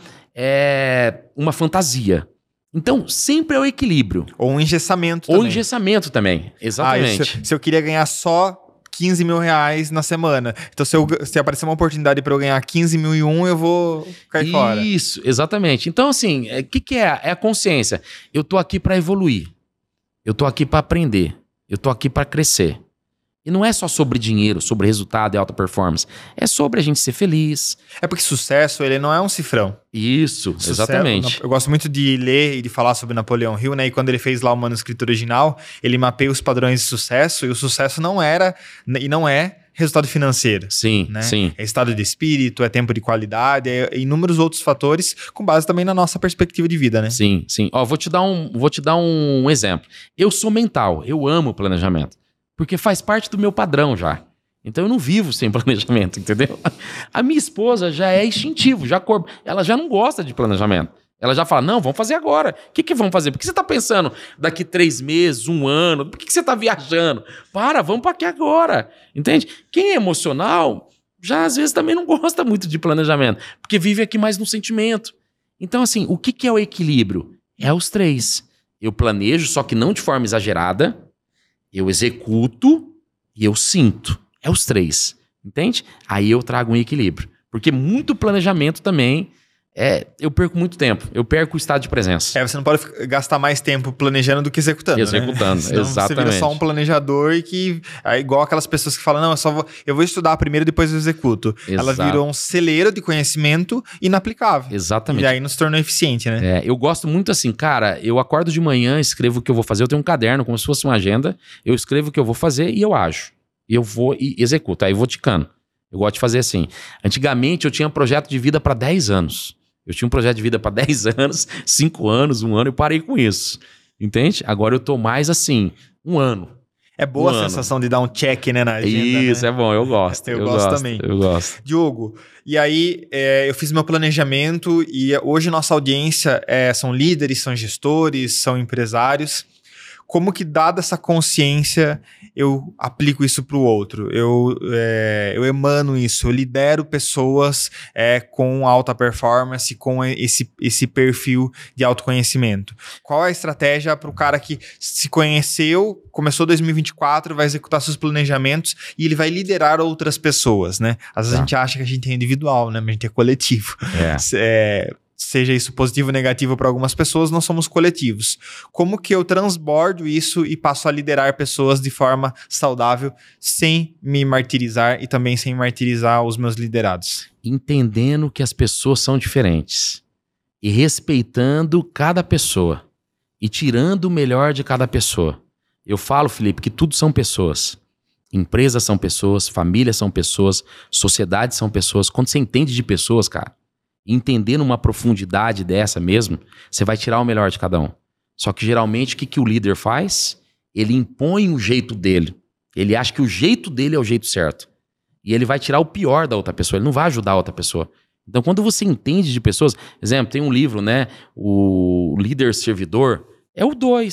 é, uma fantasia. Então, sempre é o equilíbrio. Ou um engessamento Ou também. engessamento também, exatamente. Ah, se, se eu queria ganhar só quinze mil reais na semana, então se, eu, se aparecer uma oportunidade para eu ganhar quinze mil e um, eu vou cair Isso, fora. Isso, exatamente. Então, assim, o que, que é? É a consciência. Eu tô aqui para evoluir. Eu tô aqui para aprender. Eu tô aqui para crescer. E não é só sobre dinheiro, sobre resultado e alta performance. É sobre a gente ser feliz. É porque sucesso, ele não é um cifrão. Isso, Sucesso, exatamente. Eu gosto muito de ler e de falar sobre Napoleão Hill, né? E quando ele fez lá o manuscrito original, ele mapeia os padrões de sucesso, e o sucesso não era, e não é resultado financeiro. Sim, Né? sim. É estado de espírito, é tempo de qualidade, é inúmeros outros fatores, com base também na nossa perspectiva de vida, né? Sim, sim. Ó, vou te dar um, vou te dar um exemplo. Eu sou mental, eu amo planejamento. Porque faz parte do meu padrão já. Então eu não vivo sem planejamento, entendeu? A minha esposa já é instintivo, já cor... ela já não gosta de planejamento. Ela já fala, não, vamos fazer agora. O que que vamos fazer? Por que você tá pensando daqui três meses, um ano? Por que que você tá viajando? Para, vamos para aqui agora. Entende? Quem é emocional já às vezes também não gosta muito de planejamento, porque vive aqui mais no sentimento. Então assim, o que que é o equilíbrio? É os três. Eu planejo, só que não de forma exagerada. Eu executo e eu sinto. É os três, entende? Aí eu trago um equilíbrio. Porque muito planejamento também, é, eu perco muito tempo. Eu perco o estado de presença. É, você não pode gastar mais tempo planejando do que executando, Executando, né? Senão exatamente. Você vira só um planejador e que... É igual aquelas pessoas que falam, não, eu só vou, eu vou estudar primeiro e depois eu executo. Exato. Ela virou um celeiro de conhecimento inaplicável. Exatamente. E aí não se tornou eficiente, né? É, eu gosto muito assim, cara, eu acordo de manhã, escrevo o que eu vou fazer, eu tenho um caderno como se fosse uma agenda, eu escrevo o que eu vou fazer e eu ajo. E eu vou e executo, aí eu vou ticando. Eu gosto de fazer assim. Antigamente eu tinha um projeto de vida para dez anos. Eu tinha um projeto de vida para dez anos, cinco anos, um ano, eu parei com isso. Entende? Agora eu tô mais assim, um ano. É boa um a ano. sensação de dar um check, né, na agenda, Isso, né? é bom, eu gosto. Eu eu gosto gosto também. Eu gosto. Diogo, e aí é, eu fiz meu planejamento e hoje nossa audiência é, são líderes, são gestores, são empresários. Como que, dada essa consciência, eu aplico isso para o outro? Eu, é, eu emano isso, eu lidero pessoas é, com alta performance, com esse, esse perfil de autoconhecimento. Qual é a estratégia para o cara que se conheceu, começou dois mil e vinte e quatro, vai executar seus planejamentos e ele vai liderar outras pessoas, né? Às vezes Tá. a gente acha que a gente é individual, né? Mas a gente é coletivo. É. É, seja isso positivo ou negativo para algumas pessoas, nós somos coletivos. Como que eu transbordo isso e passo a liderar pessoas de forma saudável, sem me martirizar e também sem martirizar os meus liderados? Entendendo que as pessoas são diferentes e respeitando cada pessoa e tirando o melhor de cada pessoa. Eu falo, Felipe, que tudo são pessoas. Empresas são pessoas, famílias são pessoas, sociedades são pessoas. Quando você entende de pessoas, cara, entendendo uma profundidade dessa mesmo, você vai tirar o melhor de cada um. Só que geralmente o que, que o líder faz? Ele impõe o jeito dele. Ele acha que o jeito dele é o jeito certo. E ele vai tirar o pior da outra pessoa, ele não vai ajudar a outra pessoa. Então quando você entende de pessoas, exemplo, tem um livro, né? O Líder Servidor, é o dois.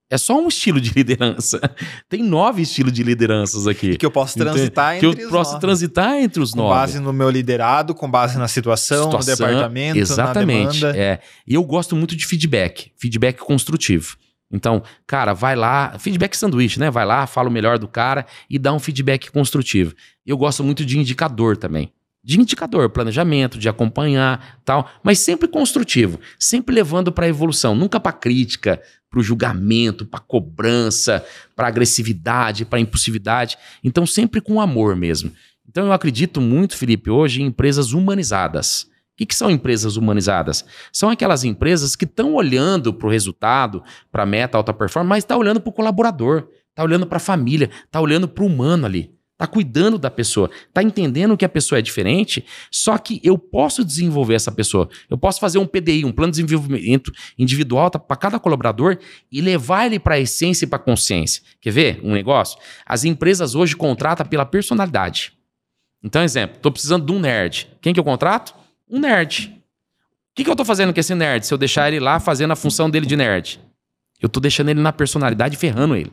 É só um estilo de liderança. Tem nove estilos de lideranças aqui. E que eu posso transitar então, entre que eu os posso nove. transitar entre os com nove. Com base no meu liderado, com base na situação, situação no departamento, exatamente, na demanda. É. E eu gosto muito de feedback. Feedback construtivo. Então, cara, vai lá... Feedback sanduíche, né? Vai lá, fala o melhor do cara e dá um feedback construtivo. Eu gosto muito de indicador também. De indicador, planejamento, de acompanhar, tal, mas sempre construtivo, sempre levando para a evolução, nunca para crítica, para o julgamento, para cobrança, para agressividade, para impulsividade. Então, sempre com amor mesmo. Então, eu acredito muito, Felipe, hoje em empresas humanizadas. O que, que são empresas humanizadas? São aquelas empresas que estão olhando para o resultado, para a meta, alta performance, mas está olhando para o colaborador, está olhando para a família, está olhando para o humano ali. Tá cuidando da pessoa, tá entendendo que a pessoa é diferente, só que eu posso desenvolver essa pessoa. Eu posso fazer um P D I, um plano de desenvolvimento individual para cada colaborador e levar ele para a essência e para a consciência. Quer ver um negócio? As empresas hoje contratam pela personalidade. Então, exemplo, estou precisando de um nerd. Quem que eu contrato? Um nerd. O que, que eu estou fazendo com esse nerd se eu deixar ele lá fazendo a função dele de nerd? Eu estou deixando ele na personalidade e ferrando ele.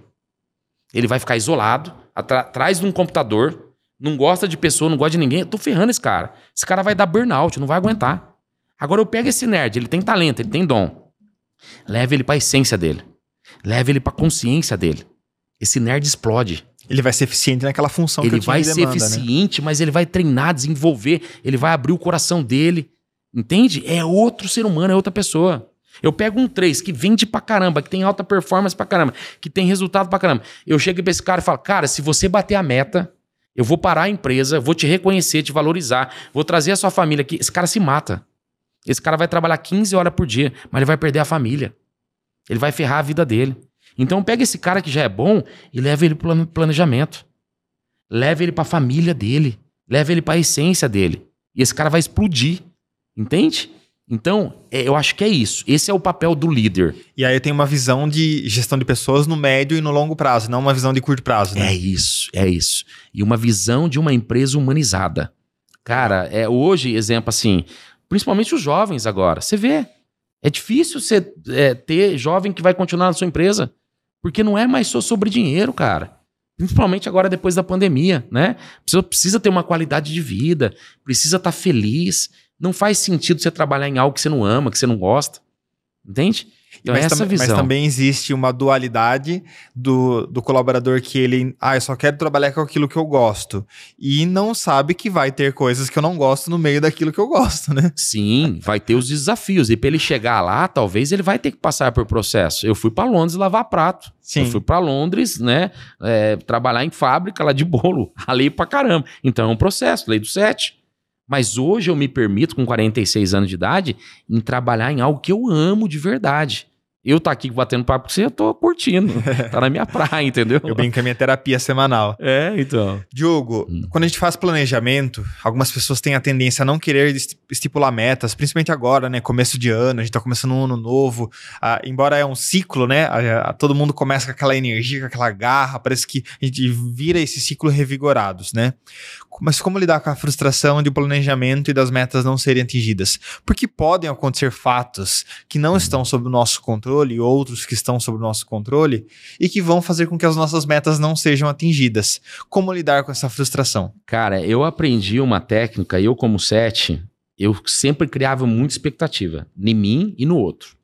Ele vai ficar isolado, atrás de um computador, não gosta de pessoa, não gosta de ninguém. Eu tô ferrando esse cara. Esse cara vai dar burnout, não vai aguentar. Agora eu pego esse nerd, ele tem talento, ele tem dom. Leva ele pra essência dele. Leva ele pra consciência dele. Esse nerd explode. Ele vai ser eficiente naquela função que ele o time vai demanda, ser eficiente, né? Mas ele vai treinar, desenvolver, ele vai abrir o coração dele. Entende? É outro ser humano, é outra pessoa. Eu pego um três que vende pra caramba, que tem alta performance pra caramba, que tem resultado pra caramba. Eu chego pra esse cara e falo, cara, se você bater a meta, eu vou parar a empresa, vou te reconhecer, te valorizar, vou trazer a sua família aqui. Esse cara se mata. Esse cara vai trabalhar quinze horas por dia, mas ele vai perder a família. Ele vai ferrar a vida dele. Então pega esse cara que já é bom e leva ele pro planejamento. Leva ele pra família dele. Leva ele pra essência dele. E esse cara vai explodir. Entende? Então, eu acho que é isso. Esse é o papel do líder. E aí eu tenho uma visão de gestão de pessoas no médio e no longo prazo, não uma visão de curto prazo, né? É isso, é isso. E uma visão de uma empresa humanizada. Cara, é hoje, exemplo assim, principalmente os jovens agora, você vê, é difícil você é, ter jovem que vai continuar na sua empresa, porque não é mais só sobre dinheiro, cara. Principalmente agora depois da pandemia, né? Precisa, precisa ter uma qualidade de vida, precisa estar feliz. Não faz sentido você trabalhar em algo que você não ama, que você não gosta. Entende? Então, mas, essa tam visão. Mas também existe uma dualidade do, do colaborador que ele... Ah, eu só quero trabalhar com aquilo que eu gosto. E não sabe que vai ter coisas que eu não gosto no meio daquilo que eu gosto, né? Sim, vai ter os desafios. E para ele chegar lá, talvez ele vai ter que passar por processo. Eu fui para Londres lavar prato. Sim. Eu fui para Londres, né, é, trabalhar em fábrica lá de bolo. Ralei pra caramba. Então é um processo, lei do sete. Mas hoje eu me permito, com quarenta e seis anos de idade, em trabalhar em algo que eu amo de verdade. Eu tô aqui batendo papo com você, eu tô curtindo. Tá na minha praia, entendeu? Eu brinco com a minha terapia semanal. É, então. Diogo, hum. quando a gente faz planejamento, algumas pessoas têm a tendência a não querer estipular metas, principalmente agora, né? Começo de ano, a gente tá começando um ano novo. Ah, embora é um ciclo, né? Ah, todo mundo começa com aquela energia, com aquela garra, parece que a gente vira esse ciclo revigorados, né? Mas como lidar com a frustração de planejamento e das metas não serem atingidas? Porque podem acontecer fatos que não estão sob o nosso controle e outros que estão sob o nosso controle e que vão fazer com que as nossas metas não sejam atingidas. Como lidar com essa frustração? Cara, eu aprendi uma técnica, eu como sete, eu sempre criava muita expectativa em mim e no outro.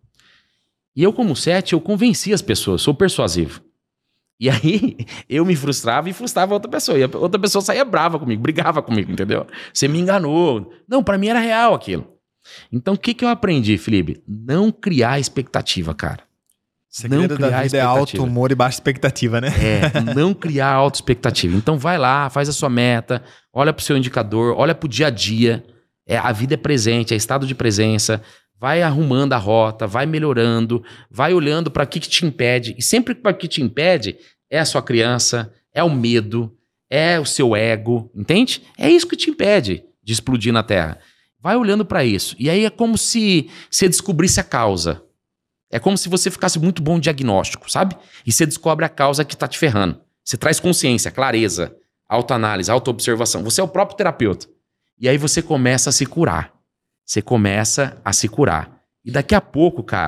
E eu como sete, eu convencia as pessoas, sou persuasivo. E aí, eu me frustrava e frustrava a outra pessoa. E a outra pessoa saía brava comigo, brigava comigo, entendeu? Você me enganou. Não, pra mim era real aquilo. Então, o que, que eu aprendi, Felipe? Não criar expectativa, cara. Segredo não da vida é alto humor e baixa expectativa, né? É, não criar alta expectativa. Então, vai lá, faz a sua meta, olha pro seu indicador, olha pro dia a dia. É, a vida é presente, é estado de presença. Vai arrumando a rota, vai melhorando, vai olhando para o que, que te impede. E sempre para o que te impede é a sua criança, é o medo, é o seu ego, entende? É isso que te impede de explodir na Terra. Vai olhando para isso. E aí é como se você descobrisse a causa. É como se você ficasse muito bom em diagnóstico, sabe? E você descobre a causa que está te ferrando. Você traz consciência, clareza, autoanálise, autoobservação. Você é o próprio terapeuta. E aí você começa a se curar. Você começa a se curar. E daqui a pouco, cara,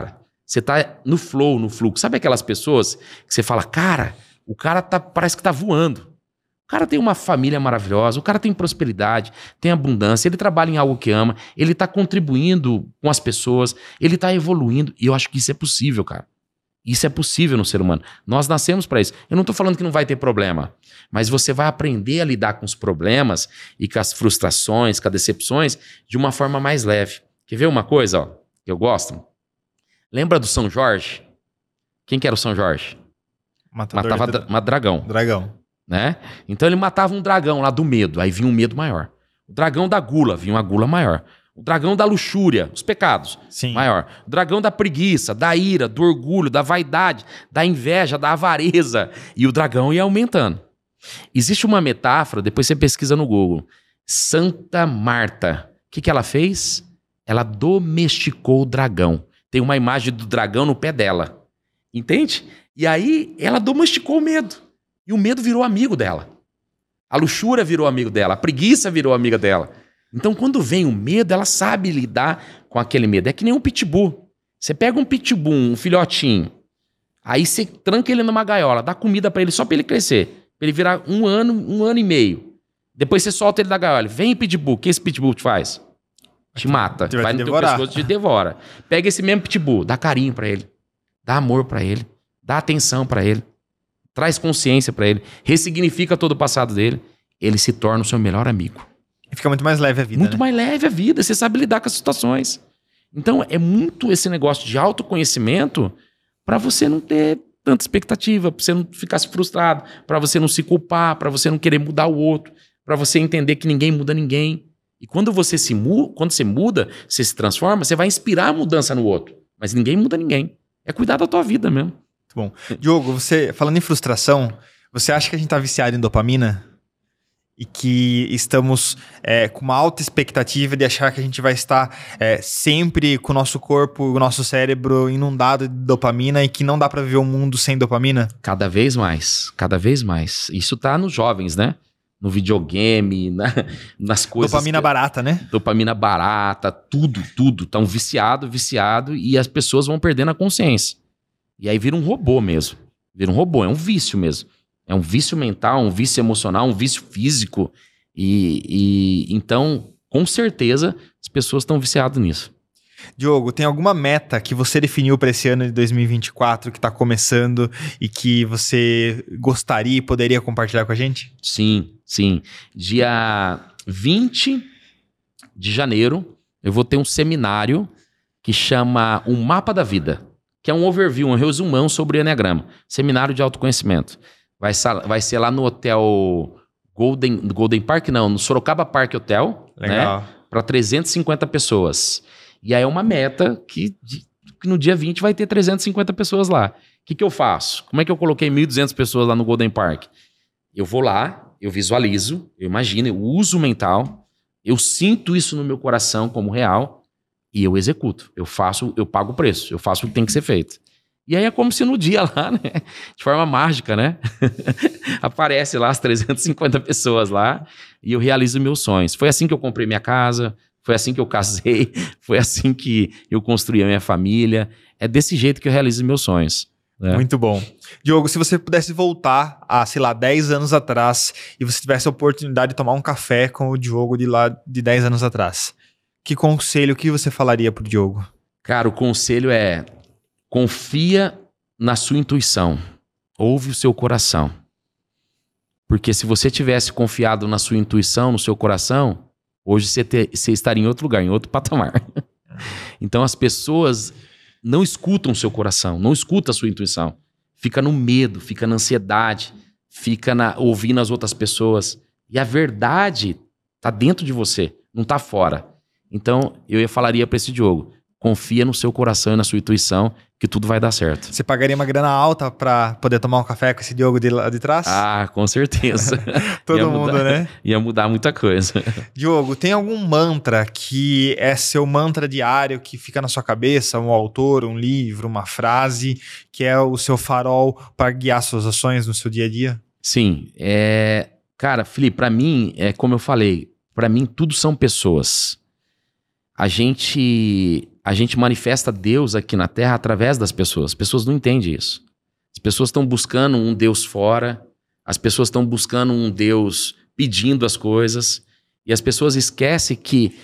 Você tá no flow, no fluxo. Sabe aquelas pessoas que você fala, cara, o cara tá, parece que tá voando. O cara tem uma família maravilhosa, o cara tem prosperidade, tem abundância, ele trabalha em algo que ama, ele tá contribuindo com as pessoas, ele tá evoluindo. E eu acho que isso é possível, cara. Isso é possível no ser humano. Nós nascemos para isso. Eu não tô falando que não vai ter problema, mas você vai aprender a lidar com os problemas e com as frustrações, com as decepções de uma forma mais leve. Quer ver uma coisa, ó, que eu gosto? Lembra do São Jorge? Quem que era o São Jorge? Matador Matava de... dra- uma dragão, Dragão. né? Então ele matava um dragão lá do medo, aí vinha um medo maior. O dragão da gula, vinha uma gula maior. O dragão da luxúria, os pecados, Sim. maior. O dragão da preguiça, da ira, do orgulho, da vaidade, da inveja, da avareza. E o dragão ia aumentando. Existe uma metáfora, depois você pesquisa no Google. Santa Marta. O que, que ela fez? Ela domesticou o dragão. Tem uma imagem do dragão no pé dela. Entende? E aí ela domesticou o medo. E o medo virou amigo dela. A luxúria virou amigo dela. A preguiça virou amiga dela. Então, quando vem o medo, ela sabe lidar com aquele medo. É que nem um pitbull. Você pega um pitbull, um filhotinho, aí você tranca ele numa gaiola, dá comida pra ele só pra ele crescer, pra ele virar um ano, um ano e meio. Depois você solta ele da gaiola. Vem, pitbull. O que esse pitbull te faz? Te mata. Te vai vai te no teu devorar. pescoço e te devora. Pega esse mesmo pitbull, dá carinho pra ele, dá amor pra ele, dá atenção pra ele, traz consciência pra ele, ressignifica todo o passado dele, ele se torna o seu melhor amigo. E fica muito mais leve a vida, Muito né? mais leve a vida, você sabe lidar com as situações. Então é muito esse negócio de autoconhecimento para você não ter tanta expectativa, para você não ficar se frustrado, para você não se culpar, para você não querer mudar o outro, para você entender que ninguém muda ninguém. E quando você se muda, quando você muda, você se transforma, você vai inspirar a mudança no outro. Mas ninguém muda ninguém. É cuidar da tua vida mesmo. Muito bom. Diogo, você, falando em frustração, você acha que a gente tá viciado em dopamina? E que estamos é, com uma alta expectativa de achar que a gente vai estar é, sempre com o nosso corpo, o nosso cérebro inundado de dopamina e que não dá pra viver um mundo sem dopamina? Cada vez mais, cada vez mais. Isso tá nos jovens, né? No videogame, na, nas coisas... Dopamina que... barata, né? Dopamina barata, tudo, tudo. Tá um viciado, viciado, e as pessoas vão perdendo a consciência. E aí vira um robô mesmo. Vira um robô, é um vício mesmo. É um vício mental, um vício emocional, um vício físico. E, e então, com certeza, as pessoas estão viciadas nisso. Diogo, tem alguma meta que você definiu para esse ano de dois mil e vinte e quatro que está começando e que você gostaria e poderia compartilhar com a gente? Sim, sim. Dia vinte de janeiro, eu vou ter um seminário que chama O Mapa da Vida, que é um overview, um resumão sobre o Enneagrama. Seminário de autoconhecimento. Vai, vai ser lá no hotel Golden, Golden Park, não, no Sorocaba Park Hotel. Legal. Né? Para trezentas e cinquenta pessoas. E aí é uma meta que, de, que no dia vinte vai ter trezentas e cinquenta pessoas lá. O que, que eu faço? Como é que eu coloquei mil e duzentas pessoas lá no Golden Park? Eu vou lá, eu visualizo, eu imagino, eu uso o mental, eu sinto isso no meu coração como real e eu executo. Eu faço, eu pago o preço, eu faço o que tem que ser feito. E aí é como se no dia lá, né, de forma mágica, né, aparece lá as trezentas e cinquenta pessoas lá e eu realizo meus sonhos. Foi assim que eu comprei minha casa, foi assim que eu casei, foi assim que eu construí a minha família. É desse jeito que eu realizo meus sonhos. Né? Muito bom. Diogo, se você pudesse voltar a, sei lá, dez anos atrás e você tivesse a oportunidade de tomar um café com o Diogo de lá de dez anos atrás, que conselho, o que você falaria pro Diogo? Cara, o conselho é: confia na sua intuição. Ouve o seu coração. Porque se você tivesse confiado na sua intuição, no seu coração, hoje você, ter, você estaria em outro lugar, em outro patamar. Então as pessoas não escutam o seu coração, não escutam a sua intuição. Fica no medo, fica na ansiedade, fica na, ouvindo as outras pessoas. E a verdade está dentro de você, não está fora. Então eu falaria para esse Diogo: confia no seu coração e na sua intuição que tudo vai dar certo. Você pagaria uma grana alta pra poder tomar um café com esse Diogo de lá de trás? Ah, com certeza. Todo ia mundo, mudar, né? Ia mudar muita coisa. Diogo, tem algum mantra que é seu mantra diário que fica na sua cabeça? Um autor, um livro, uma frase, que é o seu farol para guiar suas ações no seu dia a dia? Sim. É... Cara, Felipe, pra mim, é como eu falei, pra mim tudo são pessoas. A gente a gente manifesta Deus aqui na Terra através das pessoas. As pessoas não entendem isso. As pessoas estão buscando um Deus fora, as pessoas estão buscando um Deus pedindo as coisas, e as pessoas esquecem que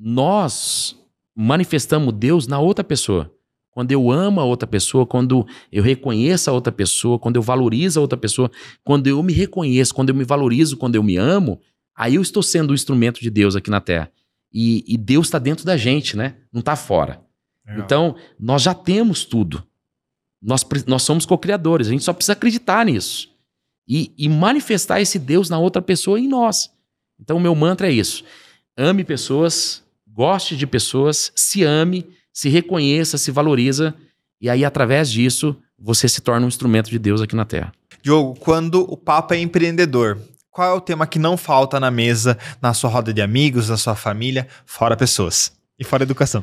nós manifestamos Deus na outra pessoa. Quando eu amo a outra pessoa, quando eu reconheço a outra pessoa, quando eu valorizo a outra pessoa, quando eu me reconheço, quando eu me valorizo, quando eu me amo, aí eu estou sendo o instrumento de Deus aqui na Terra. E, e Deus está dentro da gente, né? Não está fora. Legal. Então, nós já temos tudo. Nós, nós somos co-criadores, a gente só precisa acreditar nisso. E, e manifestar esse Deus na outra pessoa e em nós. Então, o meu mantra é isso. Ame pessoas, goste de pessoas, se ame, se reconheça, se valoriza, e aí, através disso, você se torna um instrumento de Deus aqui na Terra. Diogo, quando o papo é empreendedor, qual é o tema que não falta na mesa, na sua roda de amigos, na sua família, fora pessoas e fora educação?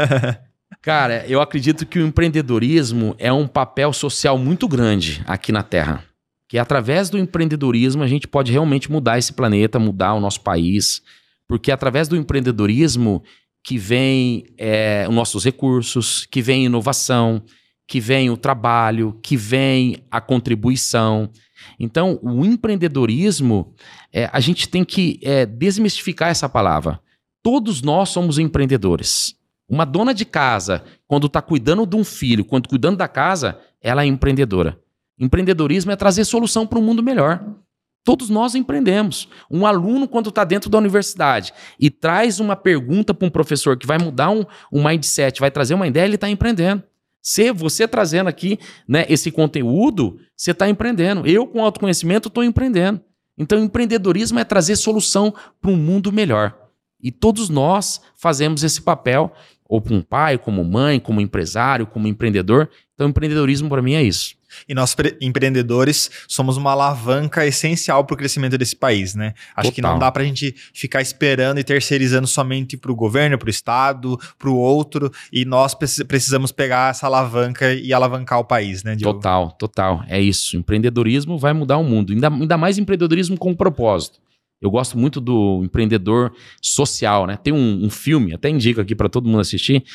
Cara, eu acredito que o empreendedorismo é um papel social muito grande aqui na Terra. Que através do empreendedorismo a gente pode realmente mudar esse planeta, mudar o nosso país, porque através do empreendedorismo que vem é, os nossos recursos, que vem inovação, que vem o trabalho, que vem a contribuição. Então, o empreendedorismo, é, a gente tem que é, desmistificar essa palavra. Todos nós somos empreendedores. Uma dona de casa, quando está cuidando de um filho, quando cuidando da casa, ela é empreendedora. Empreendedorismo é trazer solução para um mundo melhor. Todos nós empreendemos. Um aluno, quando está dentro da universidade e traz uma pergunta para um professor que vai mudar um, um mindset, vai trazer uma ideia, ele está empreendendo. Se você trazendo aqui, né, esse conteúdo, você está empreendendo. Eu, com autoconhecimento, estou empreendendo. Então, empreendedorismo é trazer solução para um mundo melhor. E todos nós fazemos esse papel, ou para um pai, como mãe, como empresário, como empreendedor. Então, empreendedorismo para mim é isso. E nós empreendedores somos uma alavanca essencial para o crescimento desse país, né? Acho Total. Que não dá para a gente ficar esperando e terceirizando somente para o governo, para o estado, para o outro, e nós precisamos pegar essa alavanca e alavancar o país, né, Diogo? Total, total. É isso. Empreendedorismo vai mudar o mundo. Ainda, ainda mais empreendedorismo com propósito. Eu gosto muito do empreendedor social, né? Tem um, um filme, até indico aqui para todo mundo assistir,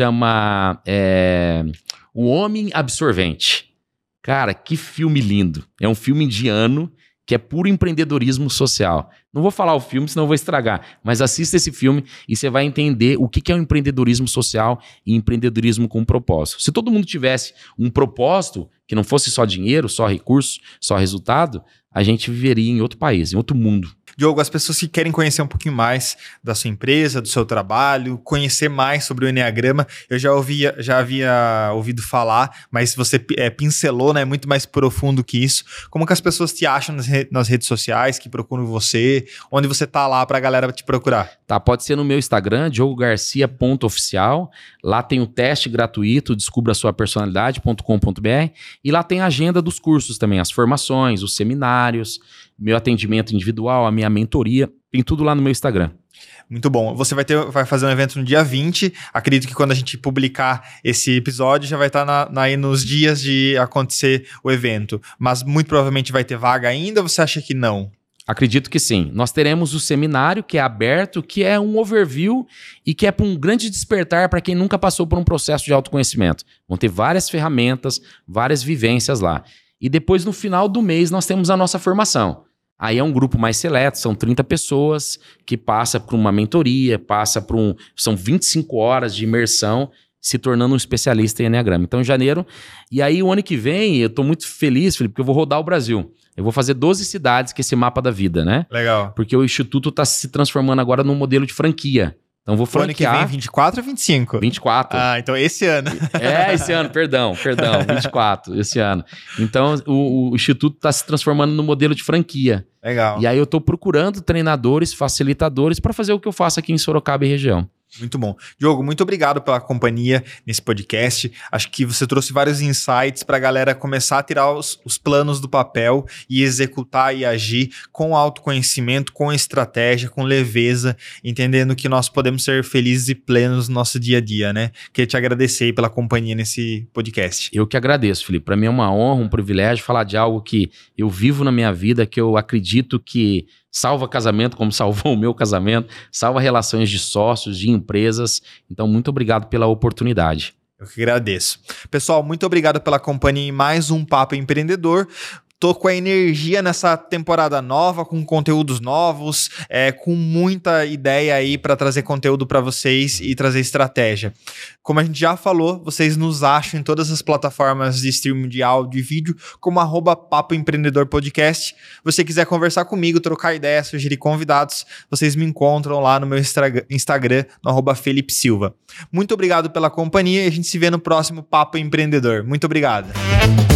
chama é, O Homem Absorvente. Cara, que filme lindo. É um filme indiano que é puro empreendedorismo social. Não vou falar o filme, senão eu vou estragar. Mas assista esse filme e você vai entender o que é o empreendedorismo social e empreendedorismo com propósito. Se todo mundo tivesse um propósito, que não fosse só dinheiro, só recurso, só resultado, a gente viveria em outro país, em outro mundo. Diogo, as pessoas que querem conhecer um pouquinho mais da sua empresa, do seu trabalho, conhecer mais sobre o Enneagrama, eu já, ouvia, já havia ouvido falar, mas você é, pincelou, né, muito mais profundo que isso. Como que as pessoas te acham nas, re- nas redes sociais, que procuram você, onde você tá lá pra galera te procurar? Tá, pode ser no meu Instagram, diogo garcia ponto oficial. Lá tem o teste gratuito, descubra sua personalidade ponto com ponto b r, e lá tem a agenda dos cursos também, as formações, os seminários, meu atendimento individual, a minha mentoria, tem tudo lá no meu Instagram. Muito bom. Você vai, ter, vai fazer um evento no dia vinte. Acredito que quando a gente publicar esse episódio já vai estar na, na, aí nos dias de acontecer o evento. Mas muito provavelmente vai ter vaga ainda ou você acha que não? Acredito que sim. Nós teremos o seminário que é aberto, que é um overview e que é para um grande despertar para quem nunca passou por um processo de autoconhecimento. Vão ter várias ferramentas, várias vivências lá. E depois, no final do mês, nós temos a nossa formação. Aí é um grupo mais seleto, são trinta pessoas que passa por uma mentoria, passa por um... São vinte e cinco horas de imersão, se tornando um especialista em Enneagrama. Então, em janeiro... E aí, o ano que vem, eu estou muito feliz, Felipe, porque eu vou rodar o Brasil. Eu vou fazer doze cidades, que é esse mapa da vida, né? Legal. Porque o Instituto está se transformando agora num modelo de franquia. Então, vou franquear... O ano que vem, vinte e quatro ou vinte e cinco? vinte e quatro. Ah, então esse ano. É, esse ano, perdão, perdão, vinte e quatro, esse ano. Então, o, o Instituto está se transformando no modelo de franquia. Legal. E aí eu estou procurando treinadores, facilitadores para fazer o que eu faço aqui em Sorocaba e região. Muito bom. Diogo, muito obrigado pela companhia nesse podcast. Acho que você trouxe vários insights para a galera começar a tirar os, os planos do papel e executar e agir com autoconhecimento, com estratégia, com leveza, entendendo que nós podemos ser felizes e plenos no nosso dia a dia, né? Queria te agradecer aí pela companhia nesse podcast. Eu que agradeço, Felipe. Para mim é uma honra, um privilégio falar de algo que eu vivo na minha vida, que eu acredito que salva casamento como salvou o meu casamento, salva relações de sócios, de empresas. Então, muito obrigado pela oportunidade. Eu que agradeço. Pessoal, muito obrigado pela companhia em mais um Papo Empreendedor. Tô com a energia nessa temporada nova, com conteúdos novos, é, com muita ideia aí para trazer conteúdo para vocês e trazer estratégia. Como a gente já falou, vocês nos acham em todas as plataformas de streaming de áudio e vídeo, como arroba Papo Empreendedor Podcast. Se você quiser conversar comigo, trocar ideia, sugerir convidados, vocês me encontram lá no meu Instagram, no arroba Felipe Silva. Muito obrigado pela companhia e a gente se vê no próximo Papo Empreendedor. Muito obrigado.